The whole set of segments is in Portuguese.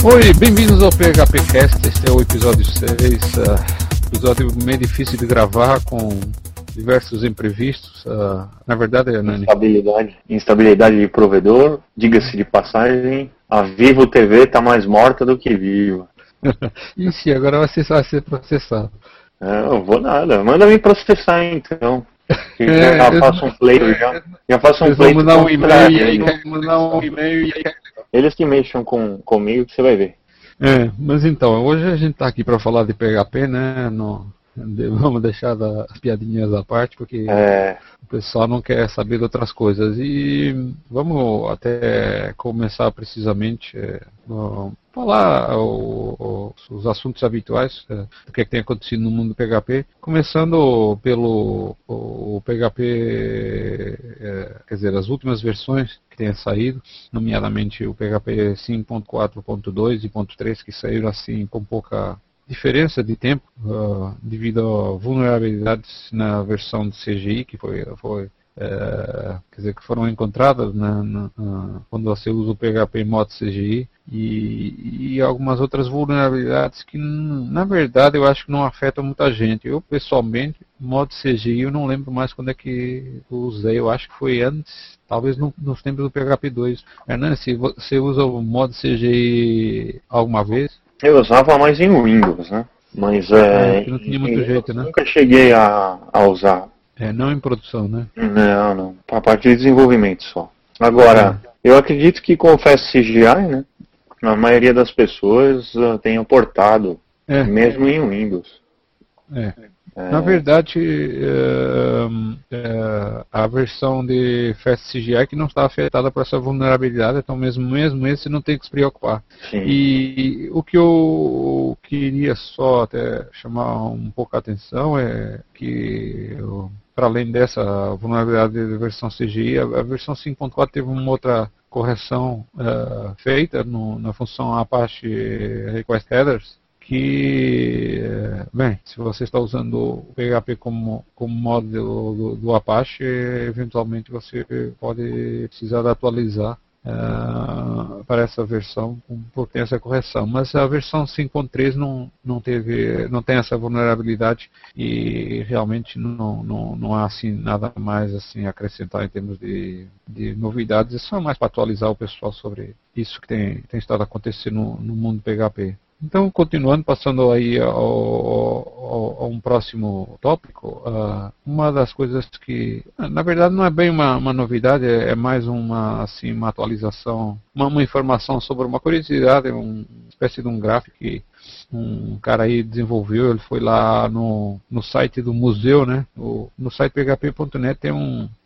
Oi, bem-vindos ao PHPcast. Este é o episódio 6, episódio meio difícil de gravar, com diversos imprevistos. Na verdade, Nani, instabilidade de provedor, diga-se de passagem, a Vivo TV está mais morta do que viva. Ixi, agora vai ser processado. Não vou nada, manda me processar então. Já faço um play, já faço um play. Mandar um e-mail. Eles que mexam comigo que você vai ver. Mas então, hoje a gente está aqui para falar de PHP, né? Vamos deixar as piadinhas à parte, porque o pessoal não quer saber de outras coisas. E vamos até começar precisamente falar os assuntos habituais do que tem acontecido no mundo do PHP, começando pelo o PHP, quer dizer, as últimas versões que tenham saído, nomeadamente o PHP 5.4.2 e 5.3, que saíram assim com pouca diferença de tempo, devido a vulnerabilidades na versão de CGI que quer dizer, que foram encontradas quando você usa o PHP em modo CGI, e algumas outras vulnerabilidades que, na verdade, eu acho que não afetam muita gente. Eu, pessoalmente, modo CGI, eu não lembro mais quando é que eu usei. Eu acho que foi antes, talvez nos tempos do PHP 2. Hernani, você usa o modo CGI alguma vez? Eu usava mais em Windows, né? Mas não tinha muito jeito, né? Nunca cheguei a usar. Não em produção, né? Não. A parte de desenvolvimento só. Agora, eu acredito que com o Fast CGI, né? A maioria das pessoas tenham portado, mesmo em Windows. Na verdade, a versão de Fast CGI que não está afetada por essa vulnerabilidade, então mesmo esse não tem que se preocupar. Sim. E o que eu queria só até chamar um pouco a atenção é que, para além dessa vulnerabilidade da versão CGI, a versão 5.4 teve uma outra correção feita na função Apache Request Headers, que, bem, se você está usando o PHP como modo do Apache, eventualmente você pode precisar de atualizar para essa versão, porque tem essa correção. Mas a versão 5.3 não tem essa vulnerabilidade, e realmente não há assim nada mais assim a acrescentar em termos de novidades. É só mais para atualizar o pessoal sobre isso que tem estado acontecendo no mundo PHP. Então, continuando, passando aí a um próximo tópico, uma das coisas que, na verdade, não é bem uma novidade, é mais uma atualização, uma informação sobre uma curiosidade, uma espécie de um gráfico que um cara aí desenvolveu. Ele foi lá no site do museu, né? No site php.net tem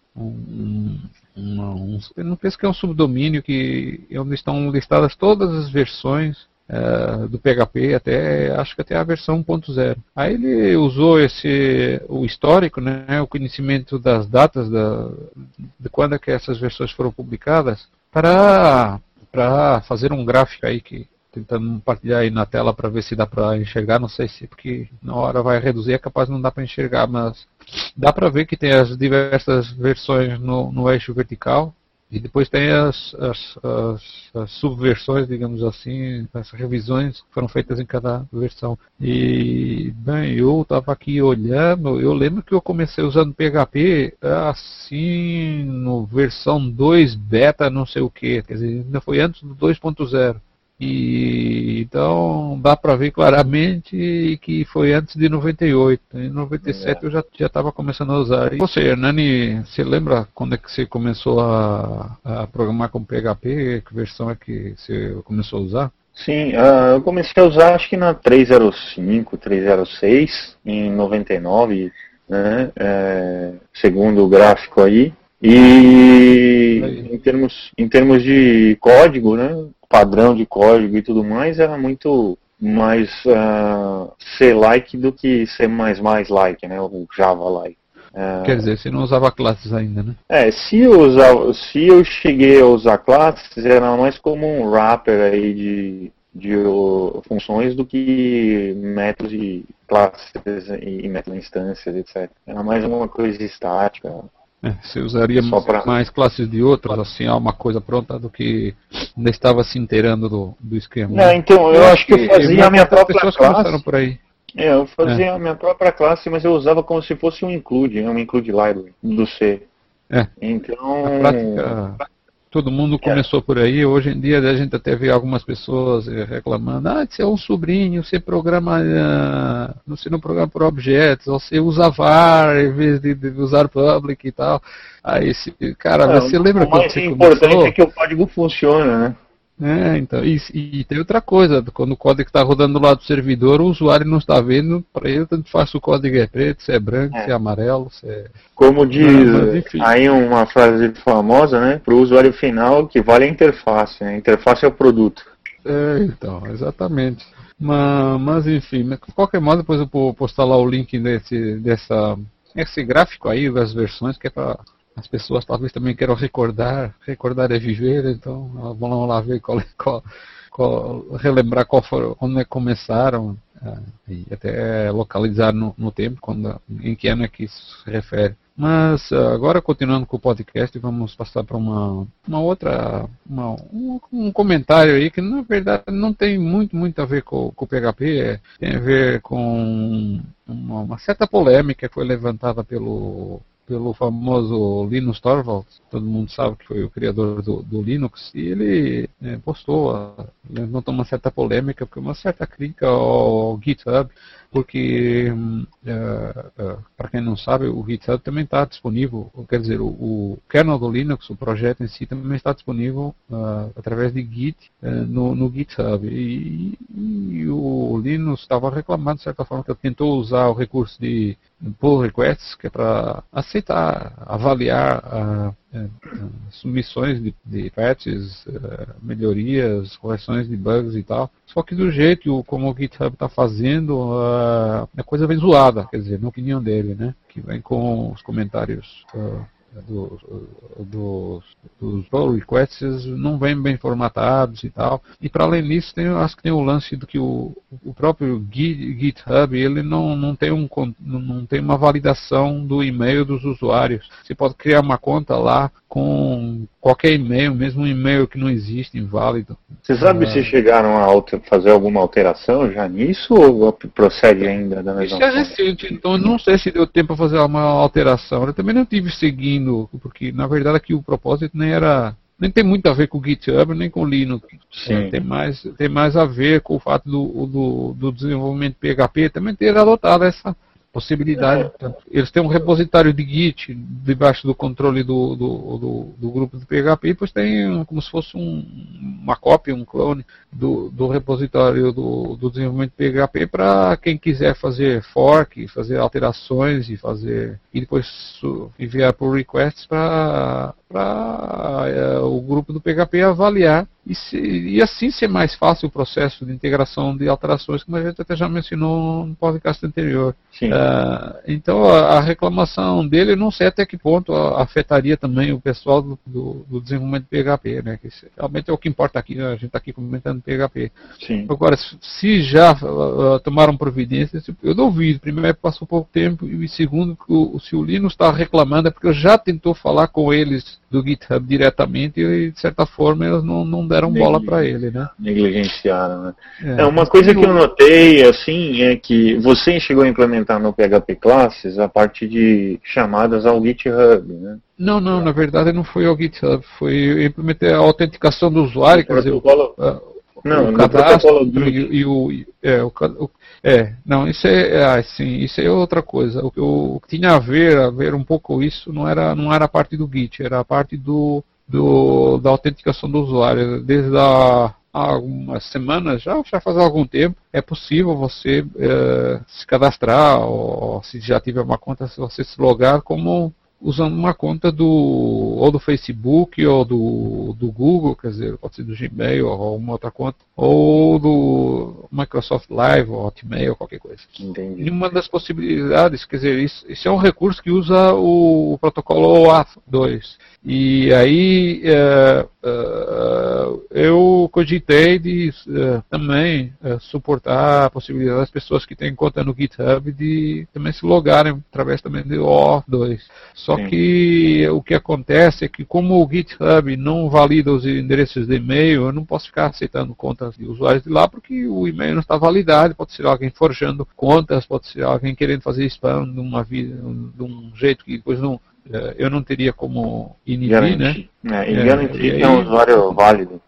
eu não penso que é um subdomínio onde estão listadas todas as versões do PHP, acho que até a versão 1.0. Aí ele usou o histórico, né, o conhecimento das datas de quando é que essas versões foram publicadas, para fazer um gráfico aí, tentando partilhar aí na tela para ver se dá para enxergar. Não sei se, porque na hora vai reduzir, é capaz de não dar para enxergar, mas dá para ver que tem as diversas versões no eixo vertical. E depois tem as subversões, digamos assim, as revisões que foram feitas em cada versão. E, bem, eu estava aqui olhando, eu lembro que eu comecei usando PHP assim, no versão 2 beta não sei o que, quer dizer, ainda foi antes do 2.0. E então dá para ver claramente que foi antes de 98. Em 97 eu já estava começando a usar. E você, Hernani, você lembra quando é que você começou a programar com PHP? Que versão é que você começou a usar? Sim, eu comecei a usar acho que na 3.05, 3.06, em 99, né, segundo o gráfico aí. E em termos de código, né, padrão de código e tudo mais, era muito mais C-like do que C++-like, né, ou Java-like. Quer dizer, você não usava classes ainda, né? Se eu cheguei a usar classes, era mais como um wrapper aí de funções do que métodos de classes e métodos de instâncias, etc. Era mais uma coisa estática. Você usaria mais classes de outros, assim, uma coisa pronta do que ainda estava se inteirando do esquema. Não, então, eu acho que eu fazia a minha própria pessoas classe. Começaram por aí. Eu fazia a minha própria classe, mas eu usava como se fosse um include library do C. Então, na prática, todo mundo começou por aí. Hoje em dia a gente até vê algumas pessoas reclamando: você é um sobrinho, você programa, você não programa por objetos, você usa var em vez de usar public e tal. Aí, cara, você lembra quando você começou? O mais importante é que o código funciona, né? Então, e tem outra coisa, quando o código está rodando do lado do servidor, o usuário não está vendo, para ele tanto faz se o código é preto, se é branco, se é amarelo, se é... Como diz aí uma frase famosa, né, para o usuário final, que vale a interface, né? A interface é o produto. Então, exatamente. Mas enfim, de qualquer modo, depois eu vou postar lá o link desse gráfico aí das versões, que é para... As pessoas talvez também queiram recordar é viver, então vão lá ver relembrar quando começaram e até localizar no tempo, em que ano é que isso se refere. Mas agora, continuando com o podcast, vamos passar para um comentário aí que na verdade não tem muito a ver com o PHP, tem a ver com uma certa polêmica que foi levantada pelo famoso Linus Torvalds. Todo mundo sabe que foi o criador do Linux, e ele levantou uma certa polêmica, uma certa crítica ao GitHub, porque, para quem não sabe, o GitHub também está disponível, quer dizer, o kernel do Linux, o projeto em si, também está disponível através de Git no GitHub. E o Linus estava reclamando, de certa forma, que ele tentou usar o recurso de pull requests, que é para aceitar, avaliar submissões de patches, melhorias, correções de bugs e tal. Só que do jeito como o GitHub está fazendo, a coisa vem zoada, quer dizer, na opinião dele, né? Que vem com os comentários dos pull requests não vêm bem formatados e tal. E para além disso, acho que tem o lance do que o próprio GitHub, ele não tem uma validação do e-mail dos usuários. Você pode criar uma conta lá com qualquer e-mail, mesmo um e-mail que não existe, inválido. Você sabe se chegaram a fazer alguma alteração já nisso, ou procede ainda da mesma forma? Isso é recente, então eu não sei se deu tempo para fazer uma alteração. Eu também não estive seguindo, porque na verdade aqui o propósito nem tem muito a ver com o GitHub, nem com o Linux. Tem mais a ver com o fato do desenvolvimento PHP também ter adotado essa possibilidade. Eles têm um repositório de Git debaixo do controle do grupo do PHP, e depois tem como se fosse uma cópia, um clone do repositório do desenvolvimento PHP para quem quiser fazer fork, fazer alterações e depois enviar por requests para o grupo do PHP avaliar e assim ser mais fácil o processo de integração de alterações, como a gente até já mencionou no podcast anterior. Então a reclamação dele, eu não sei até que ponto afetaria também o pessoal do desenvolvimento de PHP, né? Que realmente é o que importa aqui, né? A gente está aqui comentando PHP. Agora, se já tomaram providências, eu duvido. Primeiro, passou pouco tempo, e segundo, se o Linus está reclamando é porque já tentou falar com eles do GitHub diretamente e, de certa forma, eles não deram bola para ele, né? Negligenciaram, né? Uma coisa que eu notei, assim, é que você chegou a implementar no PHP Classes a parte de chamadas ao GitHub, né? Não, na verdade não foi ao GitHub, eu implementei a autenticação do usuário, quer dizer, o cadastro isso é outra coisa. O que tinha a ver um pouco isso não era a parte do Git, era a parte da autenticação do usuário. Desde há algumas semanas, já faz algum tempo, é possível você se cadastrar, ou se já tiver uma conta, se você se logar usando uma conta ou do Facebook, ou do Google, quer dizer, pode ser do Gmail, ou uma outra conta, ou do Microsoft Live, ou Hotmail, qualquer coisa. Entendi. E uma das possibilidades, quer dizer, isso é um recurso que usa o protocolo OAuth 2. E aí eu cogitei de também suportar a possibilidade das pessoas que têm conta no GitHub de também se logarem através também do OAuth2. Só Sim. que o que acontece é que como o GitHub não valida os endereços de e-mail, eu não posso ficar aceitando contas de usuários de lá porque o e-mail não está validado, pode ser alguém forjando contas, pode ser alguém querendo fazer spam de um jeito que depois não, eu não teria como inibir, né? Garantir que é um usuário válido.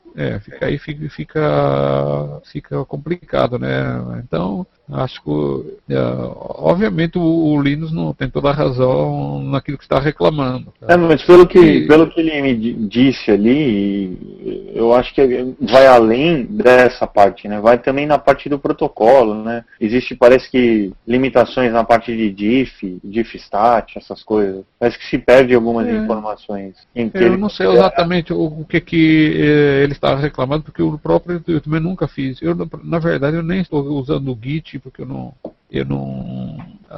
Fica complicado, né? Então, acho que, obviamente, o Linus não tem toda a razão naquilo que está reclamando. Tá? Mas pelo que ele me disse ali, eu acho que vai além dessa parte, né? Vai também na parte do protocolo, né? Existe, parece que, limitações na parte de diffstat, essas coisas. Parece que se perde algumas informações. Eu não sei exatamente o que ele estava reclamando, porque eu também nunca fiz. Na verdade, eu nem estou usando o Git, porque eu não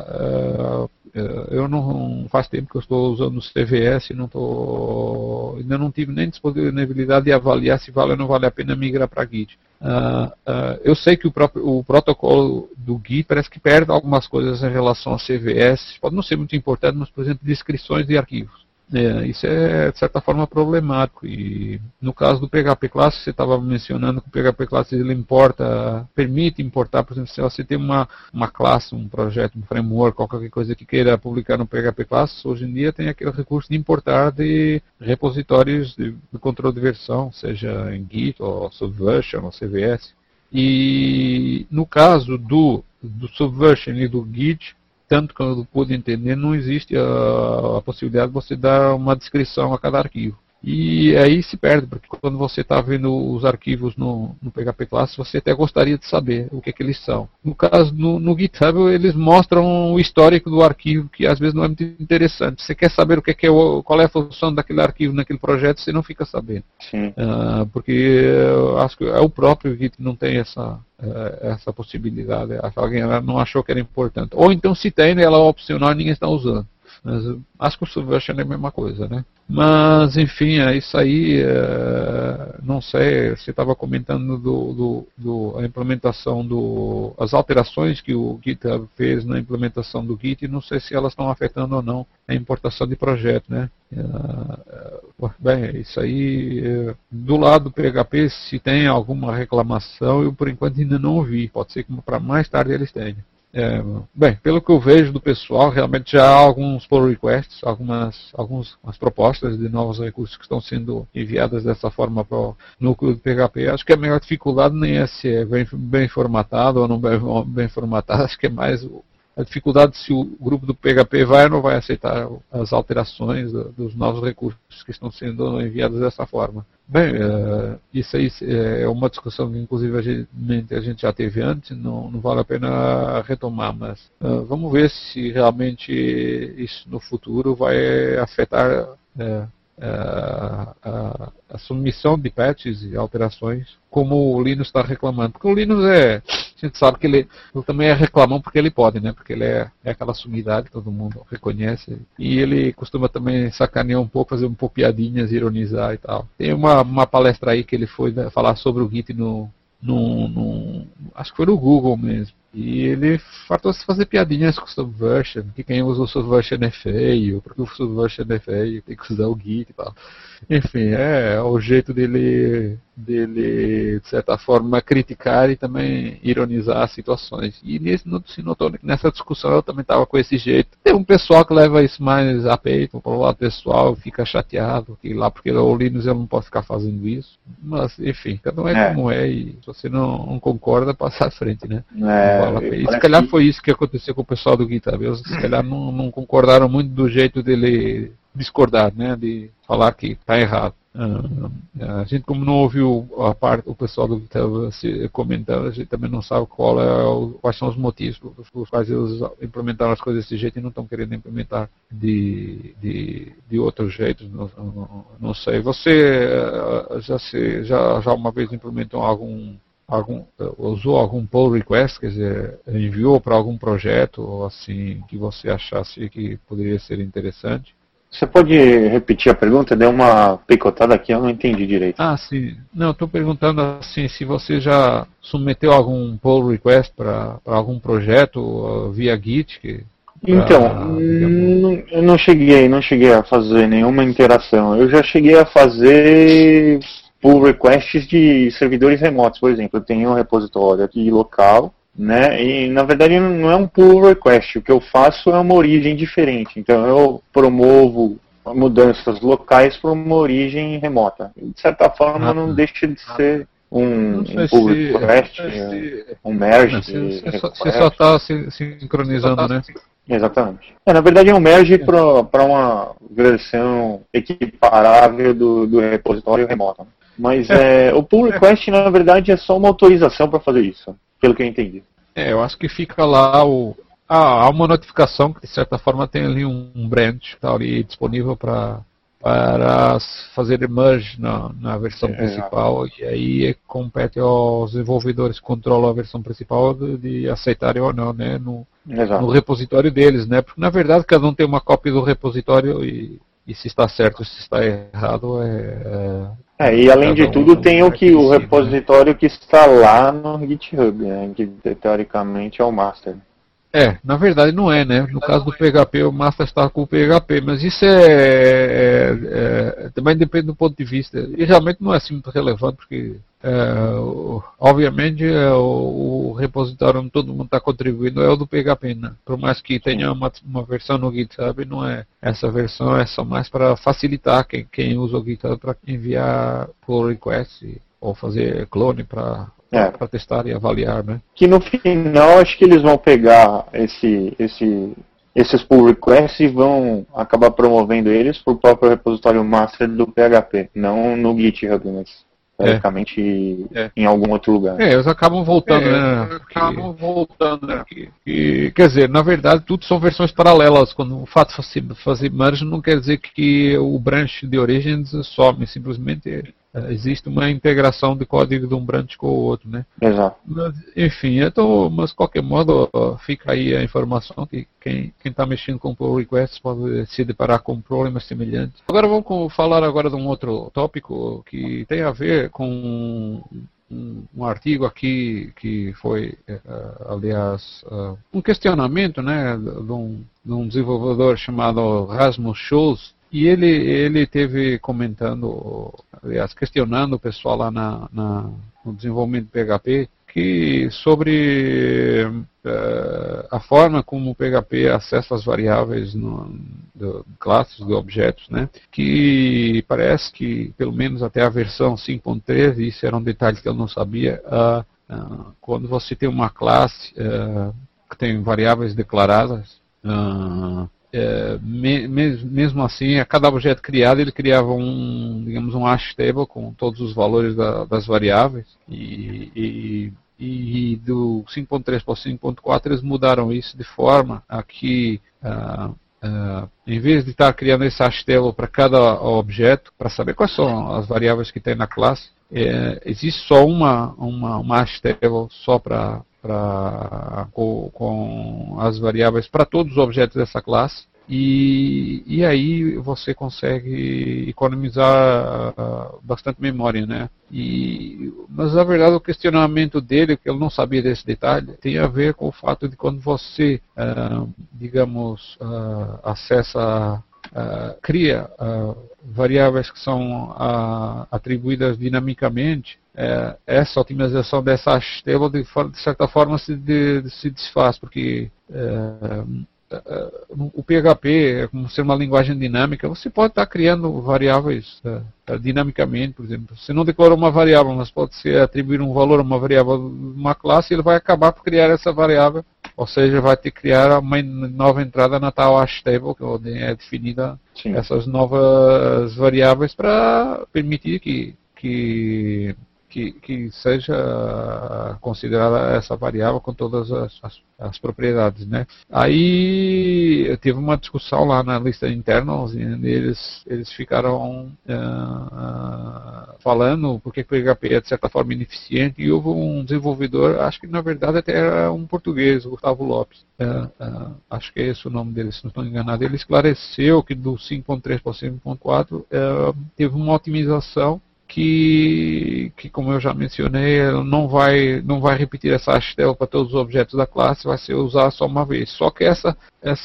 faz tempo que eu estou usando o CVS, ainda não tive nem disponibilidade de avaliar se vale ou não vale a pena migrar para Git. Eu sei que o protocolo do Git parece que perde algumas coisas em relação a CVS, pode não ser muito importante, mas, por exemplo, descrições de arquivos. Isso é, de certa forma, problemático. E no caso do PHP Class, você estava mencionando que o PHP Class ele permite importar, por exemplo, se você tem uma classe, um projeto, um framework, qualquer coisa que queira publicar no PHP Class, hoje em dia tem aquele recurso de importar de repositórios de controle de versão, seja em Git, ou Subversion, ou CVS. E no caso do Subversion e do Git, tanto que eu pude entender, não existe a possibilidade de você dar uma descrição a cada arquivo. E aí se perde, porque quando você está vendo os arquivos no PHP Class, você até gostaria de saber o que eles são. No caso, no GitHub, eles mostram o histórico do arquivo, que às vezes não é muito interessante. Você quer saber qual é a função daquele arquivo naquele projeto, você não fica sabendo. Sim. Porque eu acho que é o próprio Git que não tem essa possibilidade. Alguém não achou que era importante. Ou então se tem, ela é opcional e ninguém está usando. Mas acho que o Subversion é a mesma coisa, né? Mas, enfim, é isso aí. Não sei, você estava comentando a implementação as alterações que o GitHub fez na implementação do Git, e não sei se elas estão afetando ou não a importação de projeto, né? Bem, isso aí, do lado do PHP, se tem alguma reclamação, eu por enquanto ainda não ouvi. Pode ser que para mais tarde eles tenham. Bem, pelo que eu vejo do pessoal, realmente já há alguns pull requests, algumas propostas de novos recursos que estão sendo enviadas dessa forma para o núcleo do PHP. Acho que a maior dificuldade nem é se é bem formatado ou não bem formatado, acho que é mais a dificuldade se o grupo do PHP vai ou não vai aceitar as alterações dos novos recursos que estão sendo enviados dessa forma. Bem, isso aí é uma discussão que inclusive a gente já teve antes, não vale a pena retomar, mas vamos ver se realmente isso no futuro vai afetar a submissão de patches e alterações, como o Linus está reclamando. Porque o Linus a gente sabe que ele também é reclamão porque ele pode, né? Porque ele é aquela sumidade que todo mundo reconhece. E ele costuma também sacanear um pouco, fazer um pouco piadinhas, ironizar e tal. Tem uma palestra aí que ele foi falar sobre o Git acho que foi no Google mesmo. E ele fartou-se de fazer piadinhas com o Subversion, que quem usa o Subversion é feio, porque o Subversion é feio, tem que usar o Git e tal. Enfim, é o jeito dele, de certa forma, criticar e também ironizar as situações. E se notou que nessa discussão eu também estava com esse jeito. Tem um pessoal que leva isso mais a peito, para o lado pessoal, fica chateado, que lá porque o Linus eu não posso ficar fazendo isso. Mas, enfim, cada um é como é, e se você não concorda, passa à frente, né? E se calhar foi isso que aconteceu com o pessoal do GitHub. Eles se calhar não concordaram muito do jeito dele discordar, né? De falar que está errado. A gente, como não ouviu o pessoal do GitHub comentando, a gente também não sabe quais são os motivos pelos quais eles implementaram as coisas desse jeito e não estão querendo implementar de outros jeitos. Não sei. Você já uma vez implementou usou algum pull request, quer dizer, enviou para algum projeto ou assim que você achasse que poderia ser interessante? Você pode repetir a pergunta? Deu uma picotada aqui, eu não entendi direito. Ah, sim. Não, eu estou perguntando assim, se você já submeteu algum pull request para algum projeto via Git. Então, eu não cheguei a fazer nenhuma interação. Eu já cheguei a fazer pull requests de servidores remotos, por exemplo. Eu tenho um repositório aqui local, né? E na verdade não é um pull request. O que eu faço é uma origem diferente. Então eu promovo mudanças locais para uma origem remota. De certa forma não deixa de ser um pull request, um merge. Você só está sincronizando, né? Exatamente. Na verdade é um merge para uma versão equiparável do repositório remoto. Mas o pull request na verdade é só uma autorização para fazer isso, pelo que eu entendi. Eu acho que fica lá há uma notificação que de certa forma tem ali um branch que está ali disponível para fazer merge na versão principal, e aí compete aos desenvolvedores que controlam a versão principal de aceitarem ou não, né, no repositório deles, né, porque na verdade cada um tem uma cópia do repositório e se está certo ou se está errado e além de tudo tem o repositório, né, que está lá no GitHub, né, que teoricamente é o master. Na verdade não é, né? No caso do PHP, o master está com o PHP, mas isso também depende do ponto de vista. E realmente não é assim muito relevante, porque obviamente o repositório onde todo mundo está contribuindo é o do PHP, né? Por mais que tenha uma versão no GitHub, não é. Essa versão é só mais para facilitar quem usa o GitHub para enviar pull request ou fazer clone para testar e avaliar, né? Que no final acho que eles vão pegar esses pull requests e vão acabar promovendo eles para o próprio repositório master do PHP, não no GitHub, mas teoricamente em algum outro lugar. Eles acabam voltando, né? Quer dizer, na verdade, tudo são versões paralelas. Quando o fato de fazer merge não quer dizer que o branch de origins some, simplesmente existe uma integração de código de um branch com o outro, né? Exato. Mas, enfim, mas de qualquer modo, fica aí a informação que quem está mexendo com pull requests pode se deparar com problemas semelhantes. Agora vamos falar agora de um outro tópico que tem a ver com um artigo aqui que foi, aliás, um questionamento, né, de um desenvolvedor chamado Rasmus Schulz. E ele teve comentando, aliás, questionando o pessoal lá no desenvolvimento do PHP, que sobre a forma como o PHP acessa as variáveis de classes, de objetos, né? Que parece que, pelo menos até a versão 5.13, isso era um detalhe que eu não sabia, quando você tem uma classe que tem variáveis declaradas, mesmo assim, a cada objeto criado ele criava um hash table com todos os valores das variáveis, e do 5.3 para o 5.4 eles mudaram isso de forma a que em vez de estar criando esse hash table para cada objeto, para saber quais são as variáveis que tem na classe, existe só uma hash table só com as variáveis para todos os objetos dessa classe, e aí você consegue economizar bastante memória, né? Mas na verdade o questionamento dele, que ele não sabia desse detalhe, tem a ver com o fato de quando você, digamos, cria variáveis que são atribuídas dinamicamente, essa otimização dessa hash table de certa forma se desfaz, porque o PHP, como ser uma linguagem dinâmica, você pode estar criando variáveis dinamicamente, por exemplo. Você não declarou uma variável, mas pode ser atribuir um valor a uma variável de uma classe, e ele vai acabar por criar essa variável, ou seja, vai ter que criar uma nova entrada na tal hash table, onde é definida essas novas variáveis para permitir que seja considerada essa variável com todas as propriedades, né? Aí teve uma discussão lá na lista interna, e eles ficaram falando porque o PHP é de certa forma ineficiente, e houve um desenvolvedor, acho que na verdade até era um português, Gustavo Lopes, acho que é esse o nome dele, se não estou enganado, ele esclareceu que do 5.3 para o 5.4 teve uma otimização que, como eu já mencionei, não vai repetir essa hashtag para todos os objetos da classe, vai ser usar só uma vez. Só que essa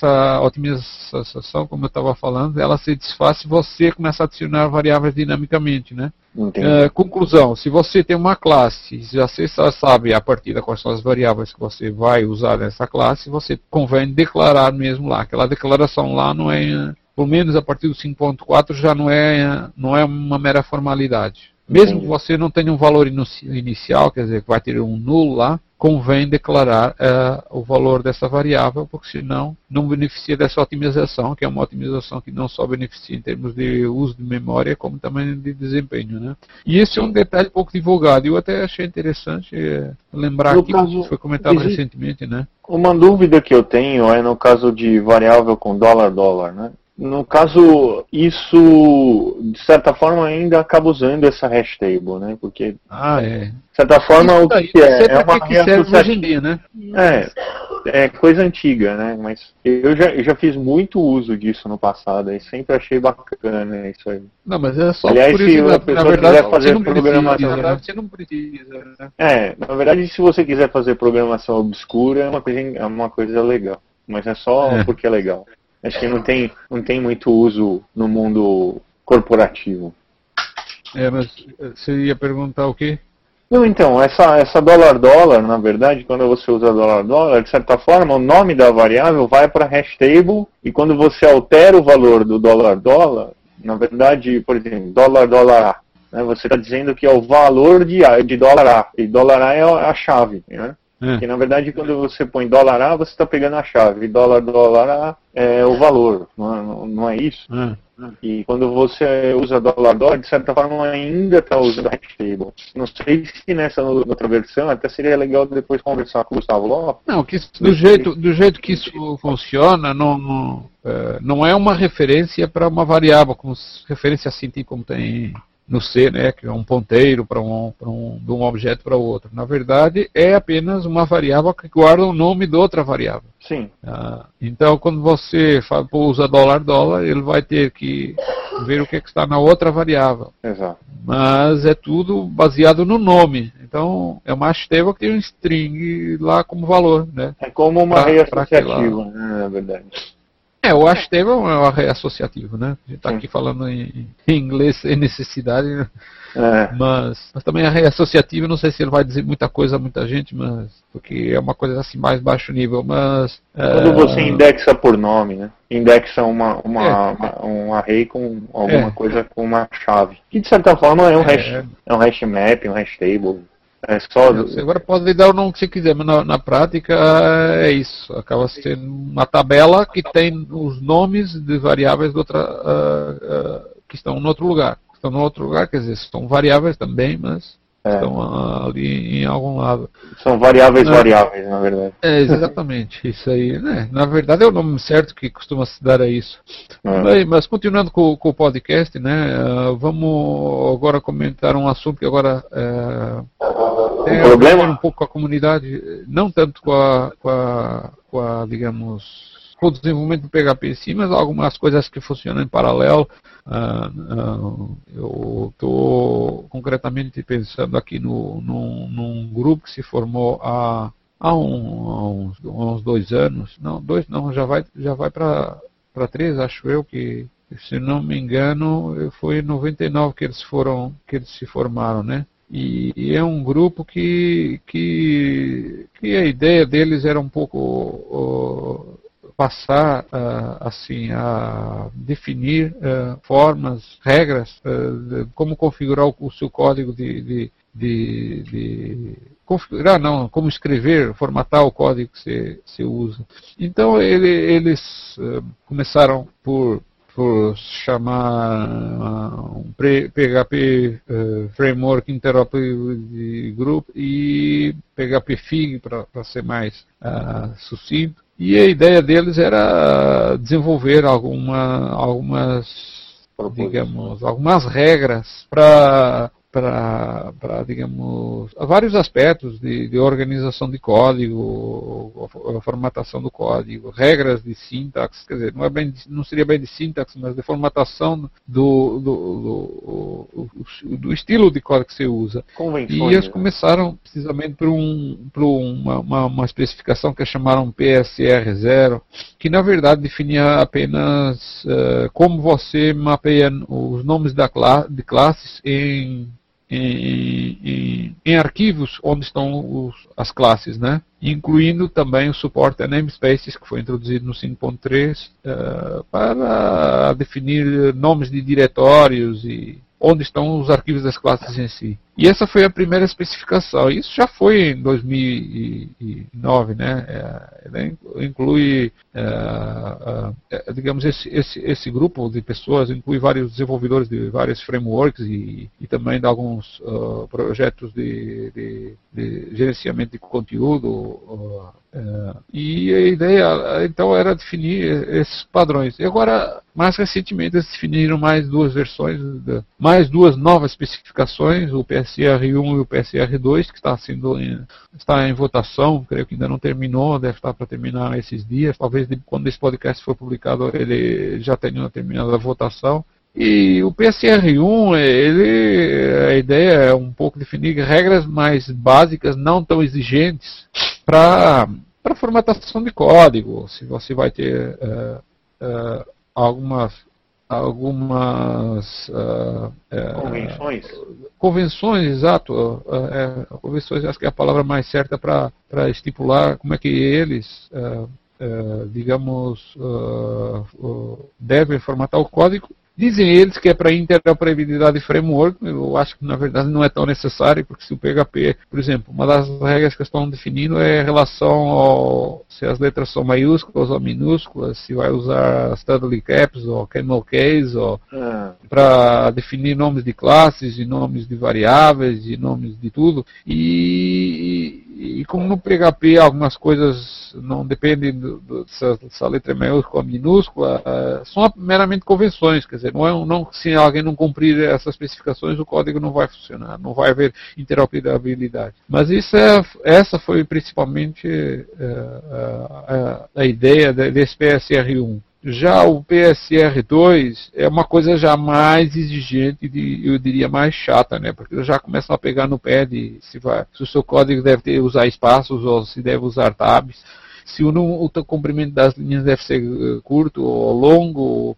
otimização, como eu estava falando, ela se desfaz se você começar a adicionar variáveis dinamicamente, né? Conclusão, se você tem uma classe, já você sabe a partir da quais são as variáveis que você vai usar nessa classe, você convém declarar mesmo lá. Aquela declaração lá não é... Pelo menos a partir do 5.4 já não é uma mera formalidade. Mesmo que você não tenha um valor inicial, quer dizer, que vai ter um nulo lá, convém declarar o valor dessa variável, porque senão não beneficia dessa otimização, que é uma otimização que não só beneficia em termos de uso de memória, como também de desempenho, né? E esse é um detalhe pouco divulgado. Eu até achei interessante lembrar aqui, que foi comentado recentemente, né? Uma dúvida que eu tenho é no caso de variável com dólar, né? No caso, isso, de certa forma, ainda acaba usando essa hash table, né? Porque, de certa forma, isso o que é? É uma serve hoje em dia, né? É coisa antiga, né? Mas eu já fiz muito uso disso no passado e sempre achei bacana isso aí. Não, mas é só aliás, por isso, se a pessoa quiser fazer programação... Você não precisa, né? Na verdade, se você quiser fazer programação obscura, é uma coisa legal. Mas é só porque é legal. Acho que não tem muito uso no mundo corporativo. Mas você ia perguntar o quê? Não, então, essa dólar, na verdade, quando você usa dólar, de certa forma, o nome da variável vai para a hash table, e quando você altera o valor do dólar, na verdade, por exemplo, dólar A, né, você está dizendo que é o valor de dólar A, e dólar A é a chave, né? Porque, na verdade, quando você põe dólar A, você está pegando a chave. E dólar A é o valor, não é isso? E quando você usa dólar, de certa forma, ainda está usando a hash table. Não sei se nessa outra versão, até seria legal depois conversar com o Gustavo Lopes. Não, que do jeito que isso funciona, não é uma referência para uma variável, como referência assim, como tem no C, né, que é um ponteiro de um objeto para o outro. Na verdade, é apenas uma variável que guarda o nome de outra variável. Sim. Então, quando você usa dólar, ele vai ter que ver o que está na outra variável. Exato. Mas é tudo baseado no nome. Então, é uma hash table que tem um string lá como valor, né? É como uma array associativa, né, na verdade. O hash table é um array associativo, né? A gente está aqui falando em inglês sem necessidade, né? Mas também array associativo, não sei se ele vai dizer muita coisa a muita gente, mas porque é uma coisa assim mais baixo nível, mas... Quando você indexa por nome, né? Indexa um array com alguma coisa com uma chave. Que de certa forma é um hash map, um hash table. Você agora pode dar o nome que você quiser, mas na prática é isso. Acaba sendo uma tabela que tem os nomes de variáveis de que estão em outro lugar. Estão em outro lugar, quer dizer, são variáveis também, mas estão ali em algum lado. São variáveis, na verdade. Exatamente, isso aí, né? Na verdade é o nome certo que costuma se dar a isso. Bem, mas continuando com o podcast, né? Vamos agora comentar um assunto que agora tem a ver um pouco com a comunidade, não tanto com a digamos, com o desenvolvimento do PHP em si, mas algumas coisas que funcionam em paralelo. Eu estou concretamente pensando aqui num grupo que se formou há uns 2 anos, já vai para 3, acho eu, que se não me engano foi em 99 que eles se formaram, né? E é um grupo que a ideia deles era um pouco passar assim a definir formas, regras, de como configurar o seu código configurar, não, como escrever, formatar o código que você usa. Então eles começaram por chamar um PHP Framework Interoperability Group e PHP Fig para ser mais sucinto. E a ideia deles era desenvolver algumas regras para digamos, vários aspectos de organização de código, a formatação do código, regras de sintaxe, quer dizer, não seria bem de sintaxe, mas de formatação do estilo de código que você usa. E eles começaram precisamente por uma especificação que chamaram PSR0, que na verdade definia apenas como você mapeia os nomes de classes em arquivos onde estão as classes, né? Incluindo também o suporte a namespaces, que foi introduzido no 5.3, para definir nomes de diretórios e onde estão os arquivos das classes em si. E essa foi a primeira especificação. Isso já foi em 2009, né? Ela inclui, digamos, esse grupo de pessoas, inclui vários desenvolvedores de vários frameworks e também de alguns projetos de gerenciamento de conteúdo. E a ideia, então, era definir esses padrões. E agora, mais recentemente, eles definiram mais duas versões, mais duas novas especificações, o PSR1 e o PSR2, que está em votação, creio que ainda não terminou, deve estar para terminar esses dias, talvez quando esse podcast for publicado ele já tenha terminado a votação. E o PSR1, a ideia é um pouco definir regras mais básicas, não tão exigentes, para formatação de código. Se você vai ter algumas convenções, exato. Convenções, acho que é a palavra mais certa para estipular como é que eles, digamos, devem formatar o código. Dizem eles que é para interoperabilidade framework. Eu acho que na verdade não é tão necessário, porque se o PHP, por exemplo, uma das regras que estão definindo é em relação se as letras são maiúsculas ou minúsculas, se vai usar studly caps ou camel case, ou para definir nomes de classes e nomes de variáveis e nomes de tudo. E como no PHP algumas coisas não dependem se a letra é maiúscula ou minúscula, são meramente convenções, quer dizer, se alguém não cumprir essas especificações, o código não vai funcionar, não vai haver interoperabilidade. Mas essa foi principalmente a ideia desse PSR1. Já o PSR2 é uma coisa já mais exigente e eu diria mais chata, né? Porque já começam a pegar no pé de se o seu código deve usar espaços ou se deve usar tabs. Se o comprimento das linhas deve ser curto ou longo,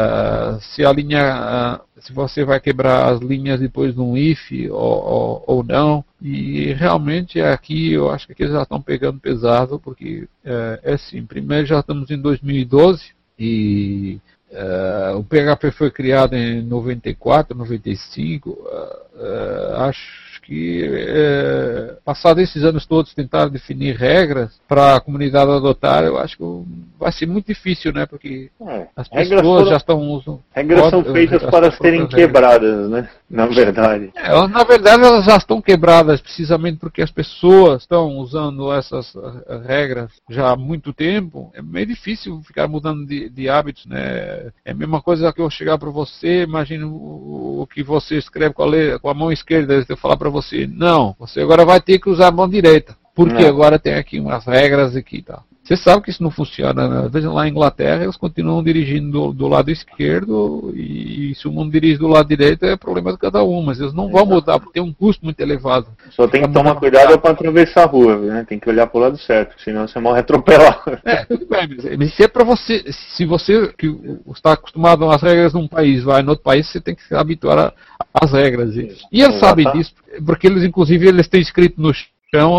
se você vai quebrar as linhas depois de um if ou não. E realmente aqui eu acho que eles já estão pegando pesado, porque assim, primeiro já estamos em 2012 e o PHP foi criado em 94, 95, acho que passados esses anos todos tentar definir regras para a comunidade adotar, eu acho que vai ser muito difícil, né? Porque as pessoas já estão usando. Regras são feitas para serem quebradas, né? Na verdade. Na verdade elas já estão quebradas precisamente porque as pessoas estão usando essas regras já há muito tempo. É meio difícil ficar mudando de hábitos, né? É a mesma coisa que eu chegar para você, imagina o que você escreve com a mão esquerda, eu falar para você, não, você agora vai ter que usar a mão direita, porque agora tem aqui umas regras aqui e tal. Você sabe que isso não funciona, né? Veja lá em Inglaterra, eles continuam dirigindo do lado esquerdo e se o mundo dirige do lado direito é problema de cada um, mas eles não vão mudar porque tem um custo muito elevado. Só tem que tomar cuidado para atravessar a rua, né? Tem que olhar para o lado certo, senão você morre atropelado. Tudo bem, mas se é para você, se você que está acostumado às regras num país, vai em outro país, você tem que se habituar às regras. E eles sabem disso, porque eles inclusive eles têm escrito no chão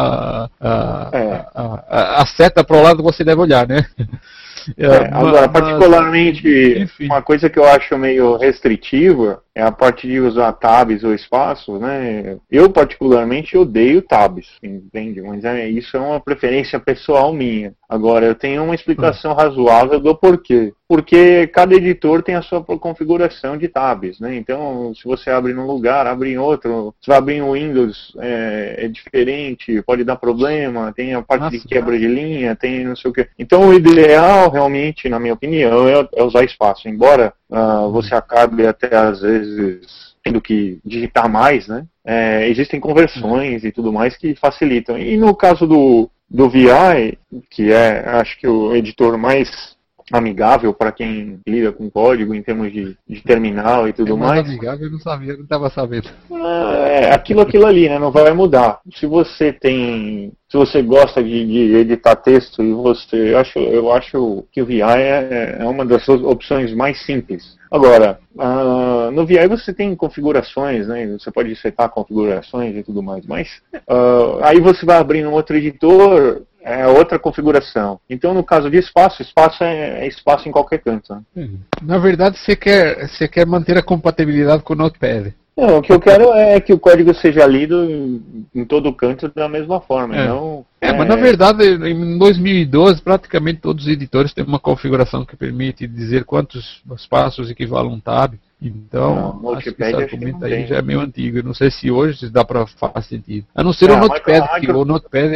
a seta para o lado que você deve olhar, né? Agora, particularmente, uma coisa que eu acho meio restritiva é a parte de usar tabs ou espaços, né? Eu, particularmente, odeio tabs, entende? Mas isso é uma preferência pessoal minha. Agora, eu tenho uma explicação razoável do porquê. Porque cada editor tem a sua configuração de tabs, né? Então, se você abre num lugar, abre em outro, se vai abrir em Windows, é diferente, pode dar problema, tem a parte de quebra de linha, tem não sei o quê. Então, o ideal, realmente, na minha opinião, é usar espaço. Embora você acabe até, às vezes, tendo que digitar mais, né? Existem conversões e tudo mais que facilitam. E no caso do VI, que é, acho que o editor mais amigável para quem lida com código em termos de terminal e tudo mais. Amigável, eu não sabia, não estava sabendo. Aquilo ali, né? Não vai mudar. Se você gosta de editar texto e eu acho que o VI é uma das opções mais simples. Agora, no VI você tem configurações, né? Você pode setar configurações e tudo mais, mas aí você vai abrindo um outro editor, outra configuração. Então, no caso de espaço é espaço em qualquer canto. Né? Na verdade, você quer manter a compatibilidade com o Notepad. Não, o que eu quero é que o código seja lido em todo canto da mesma forma. Não, mas na verdade, em 2012, praticamente todos os editores têm uma configuração que permite dizer quantos espaços equivalem a um tab. Então, acho que esse argumento aí já é meio antigo. Eu não sei se hoje dá para fazer sentido. A não ser o Notepad, porque o Notepad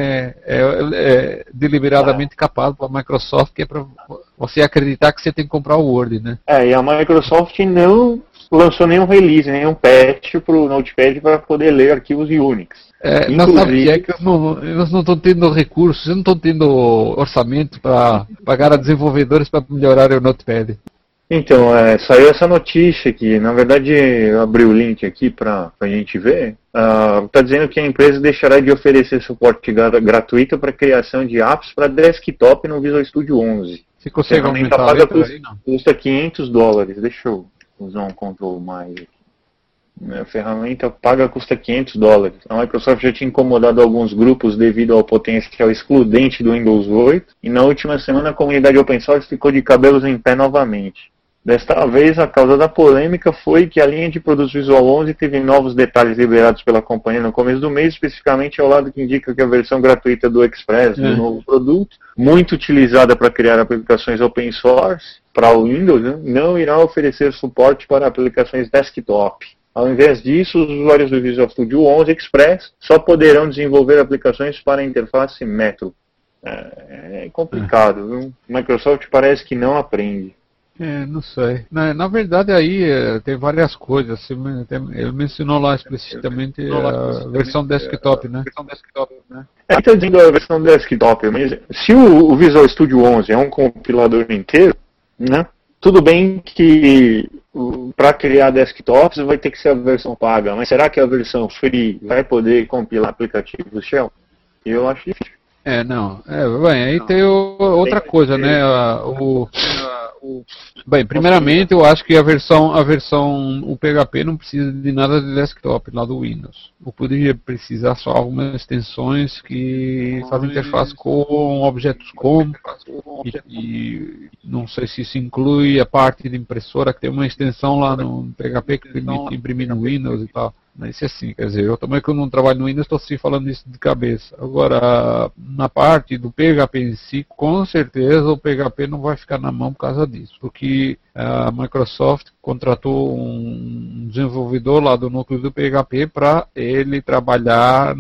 é deliberadamente capado pela Microsoft, que é para você acreditar que você tem que comprar o Word, né? E a Microsoft não lançou nenhum release, nenhum patch para o Notepad para poder ler arquivos Unix. Não sabe que é que eles não estão tendo recursos, eles não estão tendo orçamento para pagar a desenvolvedores para melhorar o Notepad. Então, saiu essa notícia aqui, na verdade eu abri o link aqui para a gente ver, está dizendo que a empresa deixará de oferecer suporte gratuito para criação de apps para desktop no Visual Studio 11. Você consegue aumentar a letra aí, não? Custa $500, deixa eu usar um Ctrl mais aqui. A ferramenta paga custa $500. A Microsoft já tinha incomodado alguns grupos devido ao potencial excludente do Windows 8 e na última semana a comunidade open source ficou de cabelos em pé novamente. Desta vez, a causa da polêmica foi que a linha de produtos Visual 11 teve novos detalhes liberados pela companhia no começo do mês, especificamente ao lado que indica que a versão gratuita do Express, do novo produto, muito utilizada para criar aplicações open source para o Windows, né, não irá oferecer suporte para aplicações desktop. Ao invés disso, os usuários do Visual Studio 11 Express só poderão desenvolver aplicações para a interface Metro. É complicado, viu? Microsoft parece que não aprende. Não sei. Na verdade aí tem várias coisas. Ele mencionou lá explicitamente a versão desktop, né? Está dizendo a versão desktop, mas se o Visual Studio 11 é um compilador inteiro, né? Tudo bem que para criar desktops vai ter que ser a versão paga, mas será que a versão free vai poder compilar aplicativos Shell? Eu acho difícil. Bem, aí tem outra coisa, né? Bem, primeiramente eu acho que o PHP não precisa de nada de desktop lá do Windows. Ou poderia precisar só algumas extensões que fazem interface com objetos com e não sei se isso inclui a parte de impressora, que tem uma extensão lá no PHP que permite imprimir no Windows e tal. Mas isso é assim, quer dizer, eu também que eu não trabalho no Windows estou assim falando isso de cabeça. Agora, na parte do PHP em si, com certeza o PHP não vai ficar na mão por causa disso. Porque a Microsoft contratou um desenvolvedor lá do núcleo do PHP para ele trabalhar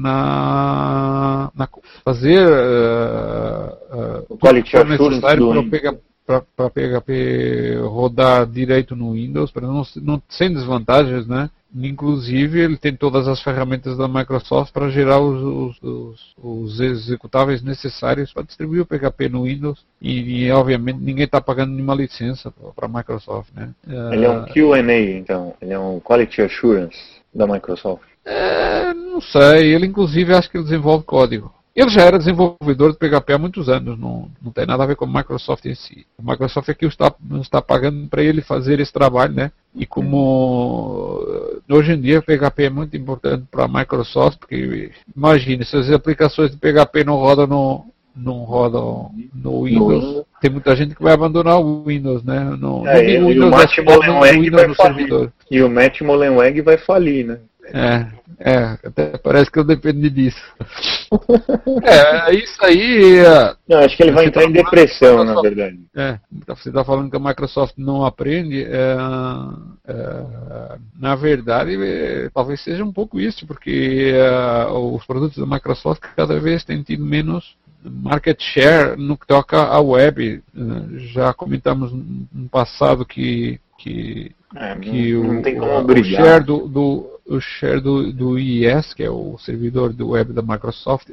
fazer o quality assurance para PHP rodar direito no Windows, para não sem desvantagens, né? Inclusive, ele tem todas as ferramentas da Microsoft para gerar os executáveis necessários para distribuir o PHP no Windows e obviamente, ninguém está pagando nenhuma licença para a Microsoft, né? Ele é um Q&A, então. Ele é um Quality Assurance da Microsoft. Não sei. Ele, inclusive, acho que ele desenvolve código. Ele já era desenvolvedor de PHP há muitos anos, não tem nada a ver com a Microsoft em si. A Microsoft é que está pagando para ele fazer esse trabalho, né? E como hoje em dia o PHP é muito importante para a Microsoft, porque imagine, se as aplicações de PHP não rodam no Windows, tem muita gente que vai abandonar o Windows, né? E o Matt Mullenweg vai falir. E o Matt Mullenweg vai falir, né? Até parece que eu dependo disso. Isso aí. Não, acho que ele vai entrar em depressão, na verdade. Você está falando que a Microsoft não aprende. Na verdade, talvez seja um pouco isso, porque os produtos da Microsoft cada vez têm tido menos market share no que toca à web. Já comentamos no passado que que não tem como o brigar. share do IIS, que é o servidor do web da Microsoft,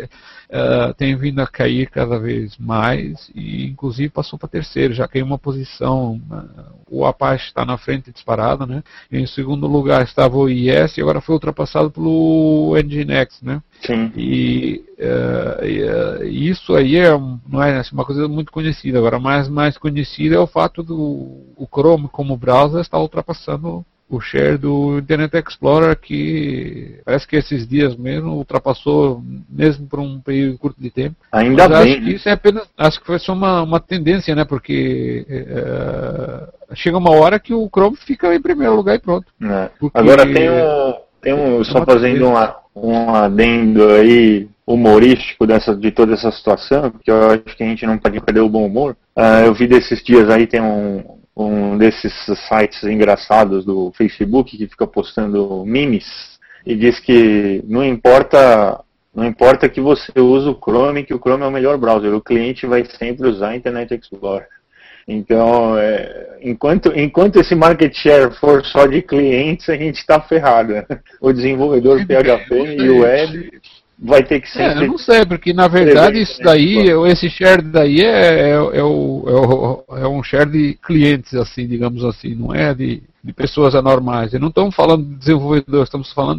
tem vindo a cair cada vez mais e inclusive passou para terceiro, já caiu uma posição. O Apache está na frente disparado, né? Em segundo lugar estava o IIS e agora foi ultrapassado pelo Nginx, né? Sim. E isso aí não é assim, uma coisa muito conhecida. Agora, mais conhecida é o fato do o Chrome como browser está ultrapassando o share do Internet Explorer, que parece que esses dias mesmo ultrapassou, mesmo por um período curto de tempo. Ainda mas bem. Acho que isso é apenas, acho que foi só uma tendência, né? Porque chega uma hora que o Chrome fica em primeiro lugar e pronto. Agora só fazendo um adendo aí humorístico de toda essa situação, porque eu acho que a gente não pode perder o bom humor. Eu vi desses dias aí, tem um desses sites engraçados do Facebook que fica postando memes e diz que não importa que você use o Chrome, que o Chrome é o melhor browser, o cliente vai sempre usar Internet Explorer. Então, enquanto esse market share for só de clientes, a gente está ferrado. Né? O desenvolvedor PHP e o web vai ter que sempre... eu não sei, porque na verdade isso daí, esse share daí é um share de clientes, assim, digamos assim, não é de pessoas anormais. E não estamos falando de desenvolvedores, estamos falando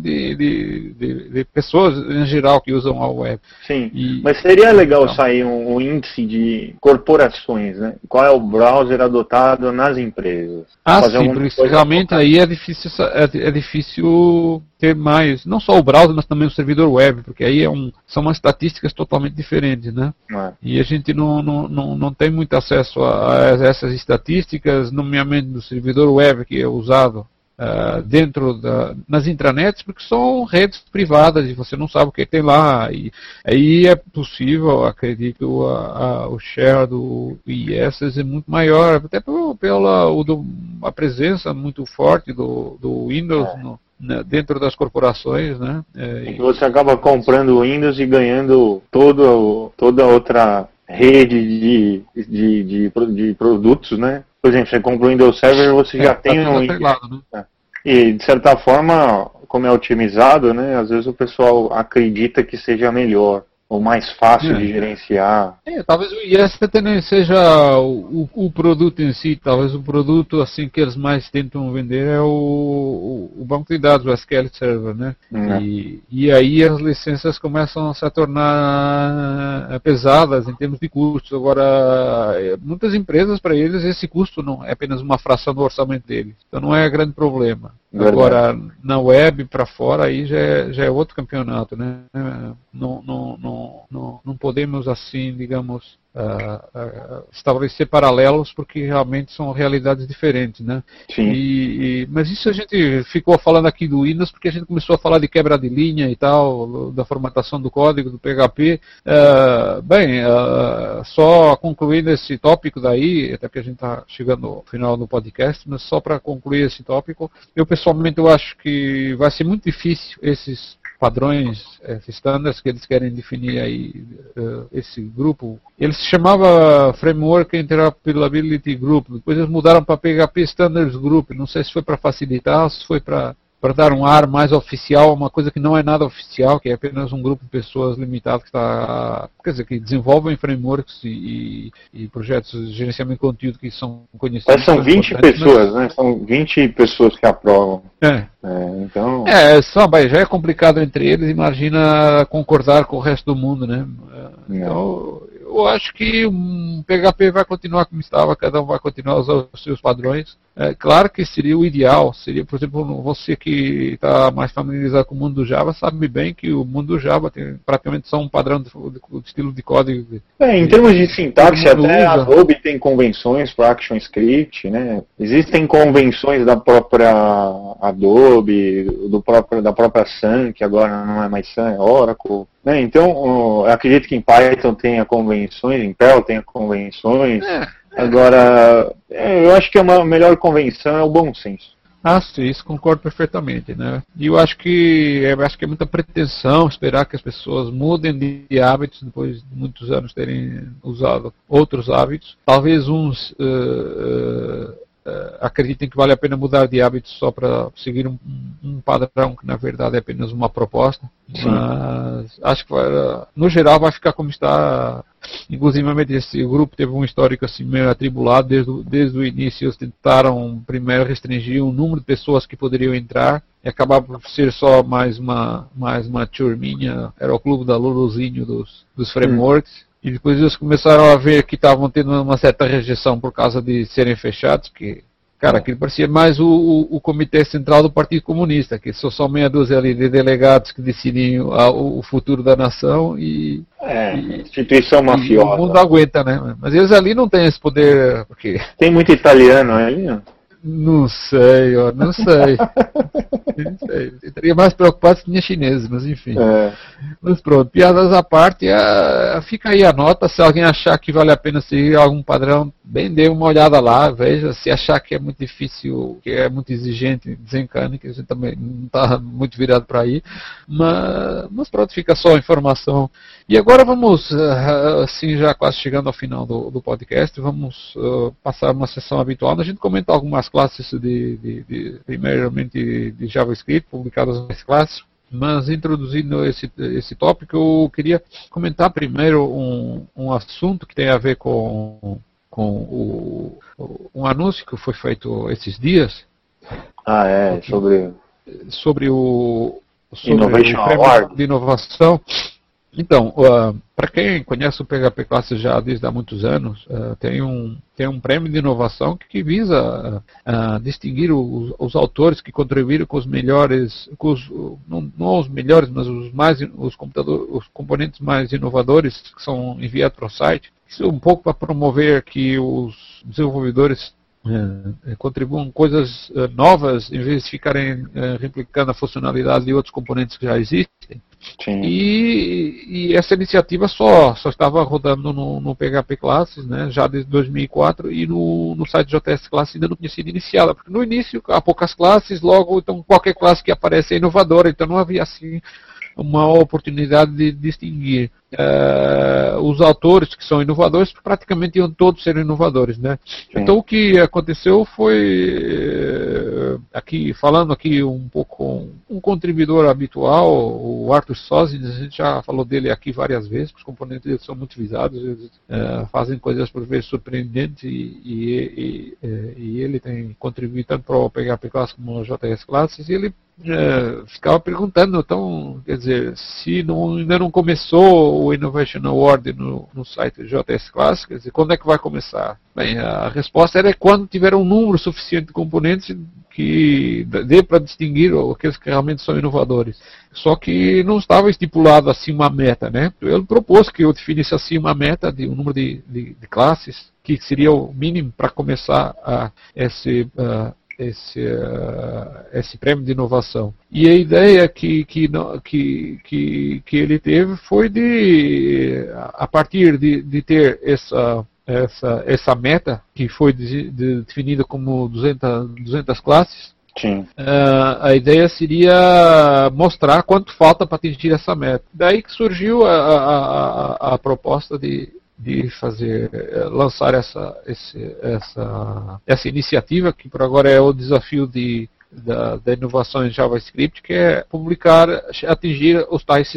de pessoas em geral que usam a web. Sim, mas seria legal sair um índice de corporações, né? Qual é o browser adotado nas empresas? Sim, porque realmente aí é difícil ter mais, não só o browser, mas também o servidor web, porque aí são umas estatísticas totalmente diferentes, né? E a gente não tem muito acesso a essas estatísticas, nomeadamente do servidor web, que é usado nas intranets, porque são redes privadas e você não sabe o que tem lá. E aí é possível, acredito, o share do IIS é muito maior, até pela a presença muito forte do Windows dentro das corporações, né? E que você acaba comprando o Windows e ganhando toda outra rede de produtos, né? Por exemplo, você compra o Windows Server, você já tem um... né? E, de certa forma, como é otimizado, né? Às vezes o pessoal acredita que seja melhor, ou mais fácil de gerenciar. Talvez o IIS até nem seja o produto em si, talvez o produto assim que eles mais tentam vender é o banco de dados, o SQL Server, né? E aí as licenças começam a se tornar pesadas em termos de custos. Agora, muitas empresas, para eles, esse custo não é apenas uma fração do orçamento deles, então não é grande problema. Agora, na web, para fora, aí já é outro campeonato, né? Não podemos, assim, digamos, estabelecer paralelos, porque realmente são realidades diferentes, né? Sim. Mas isso a gente ficou falando aqui do Windows, porque a gente começou a falar de quebra de linha e tal, da formatação do código, do PHP. Só concluindo esse tópico daí, até que a gente está chegando ao final do podcast, mas só para concluir esse tópico, eu pessoalmente eu acho que vai ser muito difícil esses padrões, standards que eles querem definir aí, esse grupo. Ele se chamava Framework Interoperability Group, depois eles mudaram para PHP Standards Group, não sei se foi para facilitar ou se foi para dar um ar mais oficial, uma coisa que não é nada oficial, que é apenas um grupo de pessoas limitado que desenvolvem frameworks e projetos de gerenciamento de conteúdo que são conhecidos. Mas são 20 pessoas, né? São 20 pessoas que aprovam. Então... já é complicado entre eles, imagina concordar com o resto do mundo, né? Então, eu acho que um PHP vai continuar como estava, cada um vai continuar a usar os seus padrões. Claro que seria o ideal, seria, por exemplo, você que está mais familiarizado com o mundo do Java, sabe bem que o mundo do Java tem praticamente só um padrão de estilo de código. Em termos de sintaxe, até a Adobe tem convenções para ActionScript, né? Existem convenções da própria Adobe, da própria Sun, que agora não é mais Sun, é Oracle. Então, eu acredito que em Python tenha convenções, em Perl tenha convenções. Agora, eu acho que a melhor convenção é o bom senso. Sim, isso concordo perfeitamente, né? E eu acho que é muita pretensão esperar que as pessoas mudem de hábitos depois de muitos anos terem usado outros hábitos. Talvez uns acreditem que vale a pena mudar de hábito só para seguir um padrão que na verdade é apenas uma proposta. Sim. Mas acho que no geral vai ficar como está. Inclusive esse grupo teve um histórico assim meio atribulado desde o início. Eles tentaram primeiro restringir o número de pessoas que poderiam entrar e acabava por ser só mais uma turminha. Era o clube da Luluzinho dos frameworks. E depois eles começaram a ver que estavam tendo uma certa rejeição por causa de serem fechados, que, cara, aquilo parecia mais o Comitê Central do Partido Comunista, que são meia dúzia ali de delegados que decidem o futuro da nação instituição mafiosa. O mundo aguenta, né? Mas eles ali não têm esse poder, porque... Tem muito italiano ali, ó. Não sei, não sei. Não sei. Eu estaria mais preocupado se tinha chineses, mas enfim. Mas pronto, piadas à parte, fica aí a nota. Se alguém achar que vale a pena seguir algum padrão, bem, dê uma olhada lá, veja. Se achar que é muito difícil, que é muito exigente, desencane, que a gente também não está muito virado para aí. Mas pronto, fica só a informação. E agora vamos, assim, já quase chegando ao final do podcast, vamos passar uma sessão habitual, onde a gente comenta algumas classes primeiramente de JavaScript, publicadas nas classes. Mas introduzindo esse tópico, eu queria comentar primeiro um assunto que tem a ver com um anúncio que foi feito esses dias. Sobre o Innovation prêmio Award de inovação. Então, para quem conhece o PHP Classes já desde há muitos anos, tem um prêmio de inovação que visa distinguir os autores que contribuíram com os melhores, não os melhores, mas os componentes mais inovadores que são enviados para o site. Isso um pouco para promover que os desenvolvedores contribuam coisas novas, em vez de ficarem replicando a funcionalidade de outros componentes que já existem. Sim. E essa iniciativa só estava rodando no PHP Classes, né, já desde 2004, e no site JS Classes ainda não tinha sido iniciada, porque no início há poucas classes, logo então qualquer classe que aparece é inovadora, então não havia assim uma oportunidade de distinguir os autores que são inovadores, praticamente iam todos ser inovadores, né? Então o que aconteceu foi, falando aqui um pouco com um contribuidor habitual, o Arthur Sozin, a gente já falou dele aqui várias vezes, os componentes dele são muito visados, eles fazem coisas por vezes surpreendentes e ele tem contribuído tanto para o PHP Classes como o JS Classes, e ele ficava perguntando, então, quer dizer, se ainda não começou o Innovation Award no site do JS Classes, quer dizer, quando é que vai começar? Bem, a resposta era quando tiver um número suficiente de componentes que dê para distinguir aqueles que realmente são inovadores. Só que não estava estipulado assim uma meta, né? Ele propôs que eu definisse assim uma meta de um número de classes, que seria o mínimo para começar esse prêmio de inovação. E a ideia que ele teve foi a partir de ter essa meta, que foi definida como 200 classes. Sim. A ideia seria mostrar quanto falta para atingir essa meta. Daí que surgiu a proposta de lançar essa iniciativa, que por agora é o desafio da inovação em JavaScript, que é atingir os tais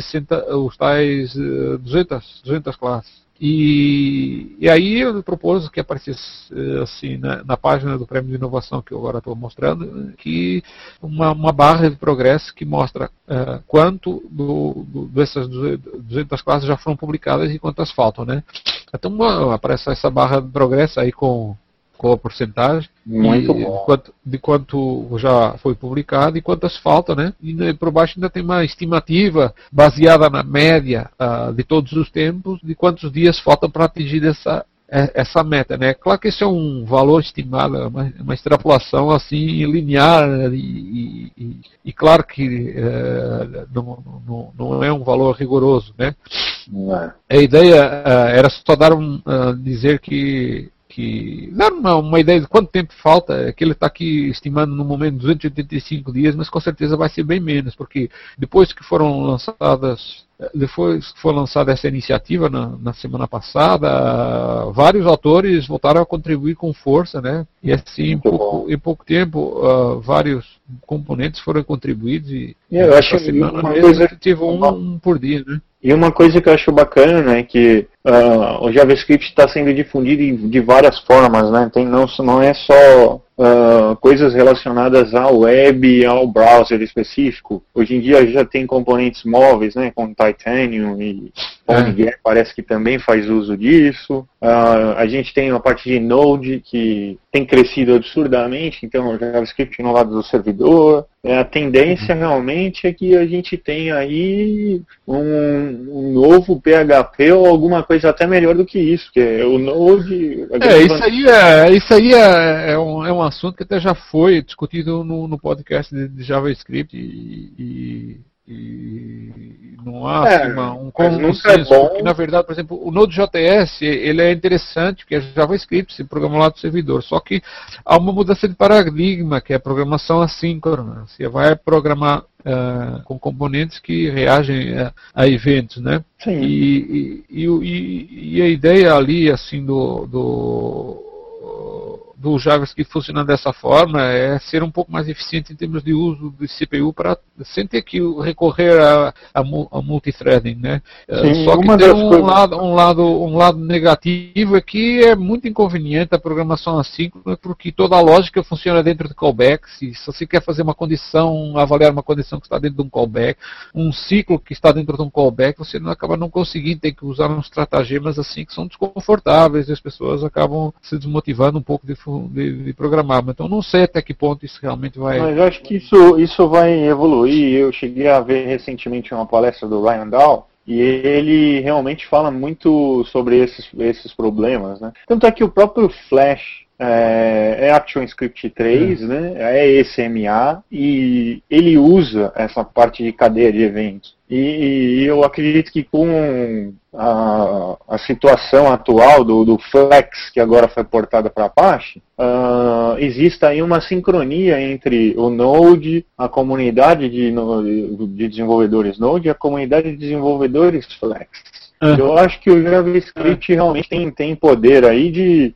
200 classes. E aí eu propus que aparecesse assim na página do Prêmio de Inovação que eu agora estou mostrando, que uma barra de progresso que mostra quanto dessas 200 classes já foram publicadas e quantas faltam, né? Então aparece essa barra de progresso aí com a porcentagem de quanto já foi publicado e quantas faltam, né? E por baixo ainda tem uma estimativa baseada na média de todos os tempos de quantos dias faltam para atingir essa meta, né? Claro que isso é um valor estimado, uma extrapolação assim linear, e claro que não é um valor rigoroso, né? A ideia era só dizer que dar uma ideia de quanto tempo falta, é que ele está aqui estimando no momento 285 dias, mas com certeza vai ser bem menos, porque depois que foi lançada essa iniciativa na semana passada, vários autores voltaram a contribuir com força, né? E assim, em pouco tempo, vários componentes foram contribuídos e eu acho essa semana uma mesmo coisa tive um por dia, né? E uma coisa que eu acho bacana é que o JavaScript está sendo difundido de várias formas, né? Não é só coisas relacionadas ao web, ao browser específico. Hoje em dia já tem componentes móveis, né? Com Titanium e PonyGap parece que também faz uso disso. A gente tem uma parte de Node que tem crescido absurdamente, então o JavaScript no lado do servidor. A tendência realmente é que a gente tenha aí um novo PHP ou alguma coisa até melhor do que isso, que é o Node. Isso aí é um assunto que até já foi discutido no podcast de JavaScript e não há um consenso, porque na verdade, por exemplo, o Node.js ele é interessante, porque é JavaScript, se programa lá do servidor, só que há uma mudança de paradigma, que é a programação assíncrona. Você vai programar com componentes que reagem a eventos, né? Sim. E a ideia ali, assim, do JavaScript funcionando dessa forma é ser um pouco mais eficiente em termos de uso do CPU sem ter que recorrer a multithreading, né? Sim, só que tem um lado negativo é que é muito inconveniente a programação assíncrona, porque toda a lógica funciona dentro de callbacks. Se você quer fazer uma condição, avaliar uma condição que está dentro de um callback, um ciclo que está dentro de um callback, você acaba não conseguindo, tem que usar uns estratagemas assim que são desconfortáveis e as pessoas acabam se desmotivando um pouco de programar. Então não sei até que ponto isso realmente vai... Mas eu acho que isso vai evoluir. Eu cheguei a ver recentemente uma palestra do Ryan Dahl e ele realmente fala muito sobre esses problemas, né? Tanto é que o próprio Flash é ActionScript 3, né? É SMA e ele usa essa parte de cadeia de eventos. E eu acredito que com a situação atual do Flex, que agora foi portada para Apache, exista aí uma sincronia entre o Node, a comunidade de desenvolvedores Node e a comunidade de desenvolvedores Flex. Eu acho que o JavaScript realmente tem poder aí de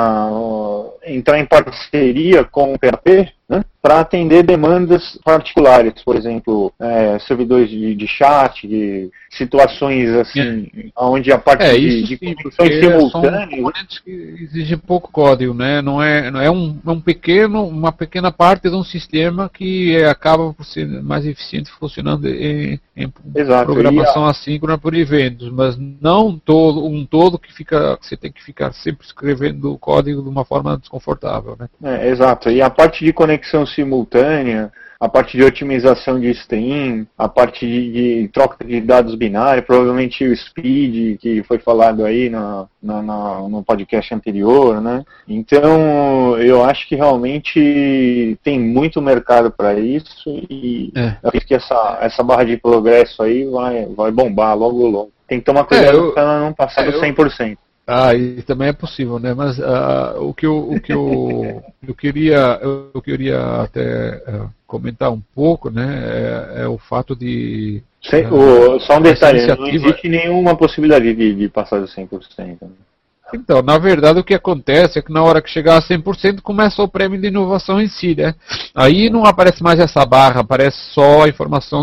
entrar em parceria com o PHP, né, para atender demandas particulares, por exemplo, servidores de chat, de situações assim, onde a parte de conexões simultâneas... São componentes que exigem pouco código, né? Não é uma pequena parte de um sistema que acaba por ser mais eficiente funcionando em programação assíncrona por eventos, mas não um todo que você tem que ficar sempre escrevendo o código de uma forma desconfortável, né? Exato. E a parte de conexão simultânea, a parte de otimização de stream, a parte de troca de dados binários, provavelmente o speed, que foi falado aí no podcast anterior, né? Então, eu acho que realmente tem muito mercado para isso e eu acho que essa barra de progresso aí vai bombar logo. Tem que tomar cuidado para ela não passar do 100%. E também é possível, né? Mas o que eu queria até comentar um pouco, né? É o fato de... Só um detalhe, não existe nenhuma possibilidade de passar do 100%. Né? Então, na verdade, o que acontece é que na hora que chegar a 100%, começa o prêmio de inovação em si, né? Aí não aparece mais essa barra, aparece só a informação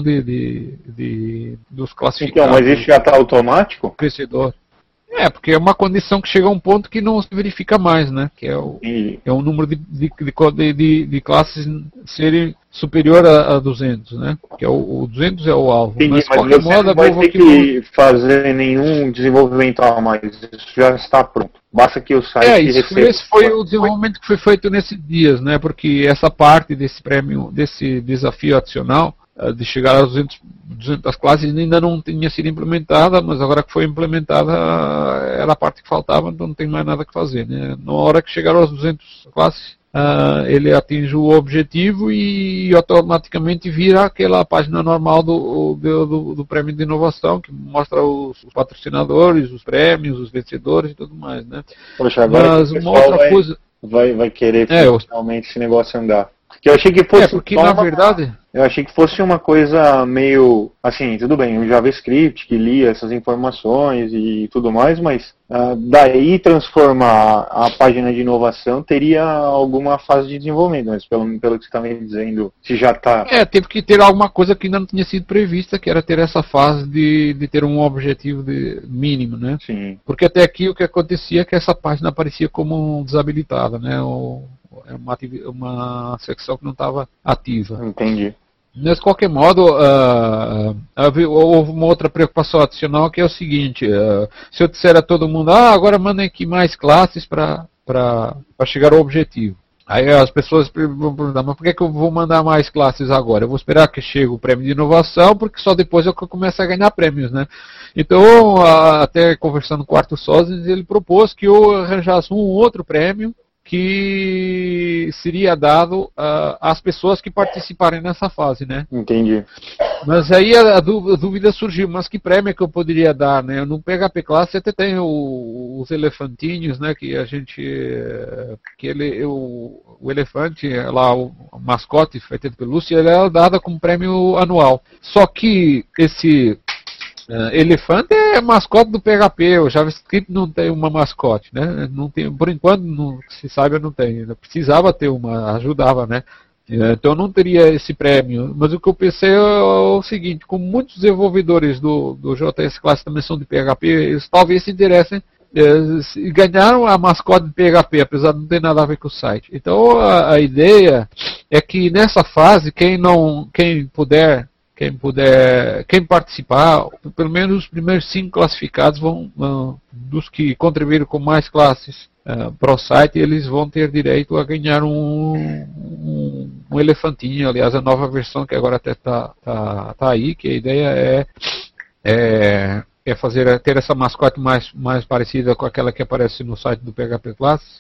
dos classificados. Então, mas isso já está automático? Crescedor. Porque é uma condição que chega a um ponto que não se verifica mais, né? Que é o número de classes serem superior a 200, né? Que é o 200 é o alvo. Entendi, mas você não vai ter que fazer nenhum desenvolvimento a mais. Isso já está pronto. Basta que o site receba. Esse foi o desenvolvimento que foi feito nesses dias, né? Porque essa parte desse prêmio, desse desafio adicional, de chegar às 200 classes ainda não tinha sido implementada, mas agora que foi implementada era a parte que faltava, então não tem mais nada que fazer, né? Na hora que chegaram às 200 classes, ele atinge o objetivo e automaticamente vira aquela página normal do prêmio de inovação, que mostra os patrocinadores, os prêmios, os vencedores e tudo mais, né? Poxa, agora mas uma outra coisa vai querer finalmente esse negócio andar. Que eu achei que fosse porque na verdade eu achei que fosse uma coisa meio assim, tudo bem, o JavaScript que lia essas informações e tudo mais, mas daí transformar a página de inovação teria alguma fase de desenvolvimento, mas pelo que você está me dizendo, se já está... teve que ter alguma coisa que ainda não tinha sido prevista, que era ter essa fase de ter um objetivo mínimo, né? Sim. Porque até aqui o que acontecia é que essa página aparecia como desabilitada, né? É uma secção que não estava ativa. Entendi. Mas, de qualquer modo, houve uma outra preocupação adicional, que é o seguinte: se eu disser a todo mundo, agora mandem aqui mais classes para chegar ao objetivo. Aí as pessoas vão perguntar, mas por que eu vou mandar mais classes agora? Eu vou esperar que chegue o prêmio de inovação, porque só depois é que eu começo a ganhar prêmios, né? Então, até conversando com o Arthur Sozens, ele propôs que eu arranjasse um outro prêmio, que seria dado às pessoas que participarem nessa fase, né? Entendi. Mas aí a dúvida surgiu, mas que prêmio que eu poderia dar, né? No PHP Class até tem os elefantinhos, né? Que a gente, o elefante, lá o mascote feito de pelúcia, ele é dado como prêmio anual. Só que esse elefante é mascote do PHP, o JavaScript não tem uma mascote, né? Não tem, por enquanto, não se saiba, não tem. Precisava ter uma, ajudava, né? Então não teria esse prêmio. Mas o que eu pensei é o seguinte: como muitos desenvolvedores do JS Class também são de PHP, eles talvez se interessem e ganharam a mascote de PHP, apesar de não ter nada a ver com o site. Então a ideia é que nessa fase, quem participar, pelo menos os primeiros 5 classificados dos que contribuíram com mais classes para o site, eles vão ter direito a ganhar um elefantinho. Aliás, a nova versão que agora até tá aí, que a ideia é ter essa mascote mais parecida com aquela que aparece no site do PHP Classes.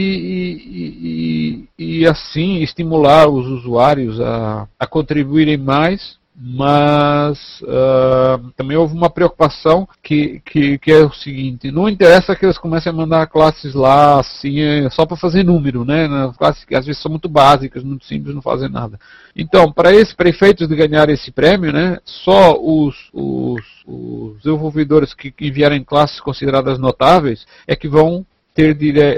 E assim estimular os usuários a contribuírem mais. Mas também houve uma preocupação que é o seguinte: não interessa que eles comecem a mandar classes lá assim, só para fazer número, né? Classes que às vezes são muito básicas, muito simples, não fazem nada. Então, para efeitos de ganhar esse prêmio, né, só os desenvolvedores que enviarem classes consideradas notáveis é que vão ter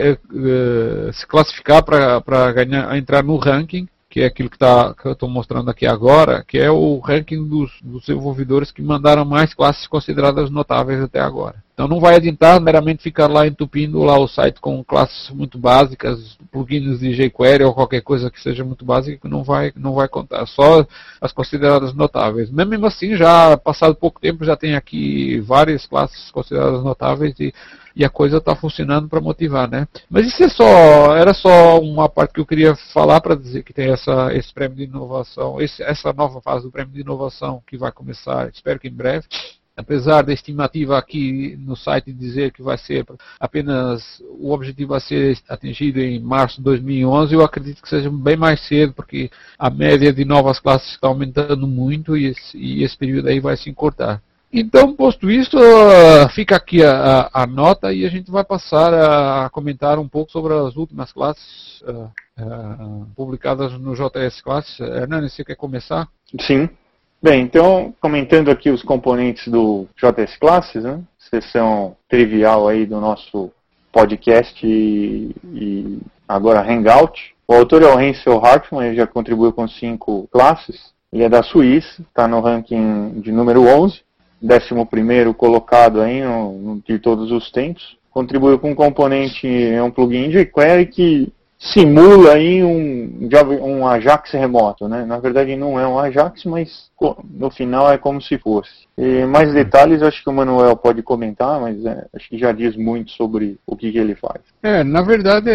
se classificar para entrar no ranking, que é aquilo que eu estou mostrando aqui agora, que é o ranking dos desenvolvedores que mandaram mais classes consideradas notáveis até agora. Então não vai adiantar meramente ficar lá entupindo lá o site com classes muito básicas, plugins de jQuery ou qualquer coisa que seja muito básica, que não vai contar, só as consideradas notáveis. Mesmo assim, já passado pouco tempo, já tem aqui várias classes consideradas notáveis e a coisa está funcionando para motivar, né? Mas isso era só uma parte que eu queria falar para dizer que tem esse prêmio de inovação, essa nova fase do prêmio de inovação que vai começar, espero que em breve. Apesar da estimativa aqui no site dizer que vai ser apenas, o objetivo vai ser atingido em março de 2011, eu acredito que seja bem mais cedo, porque a média de novas classes está aumentando muito e esse período aí vai se encurtar. Então, posto isso, fica aqui a nota e a gente vai passar a comentar um pouco sobre as últimas classes publicadas no JS Classes. Hernani, você quer começar? Sim. Bem, então, comentando aqui os componentes do JS Classes, né? Seção trivial aí do nosso podcast e agora Hangout. O autor é o Hensel Hartmann, ele já contribuiu com 5 classes. Ele é da Suíça, está no ranking de número 11. 11º colocado aí de todos os tempos. Contribuiu com um componente, um plugin de jQuery que simula aí um Ajax remoto, né? Na verdade não é um Ajax, mas no final é como se fosse. E mais detalhes acho que o Manuel pode comentar, mas acho que já diz muito sobre o que ele faz. Na verdade,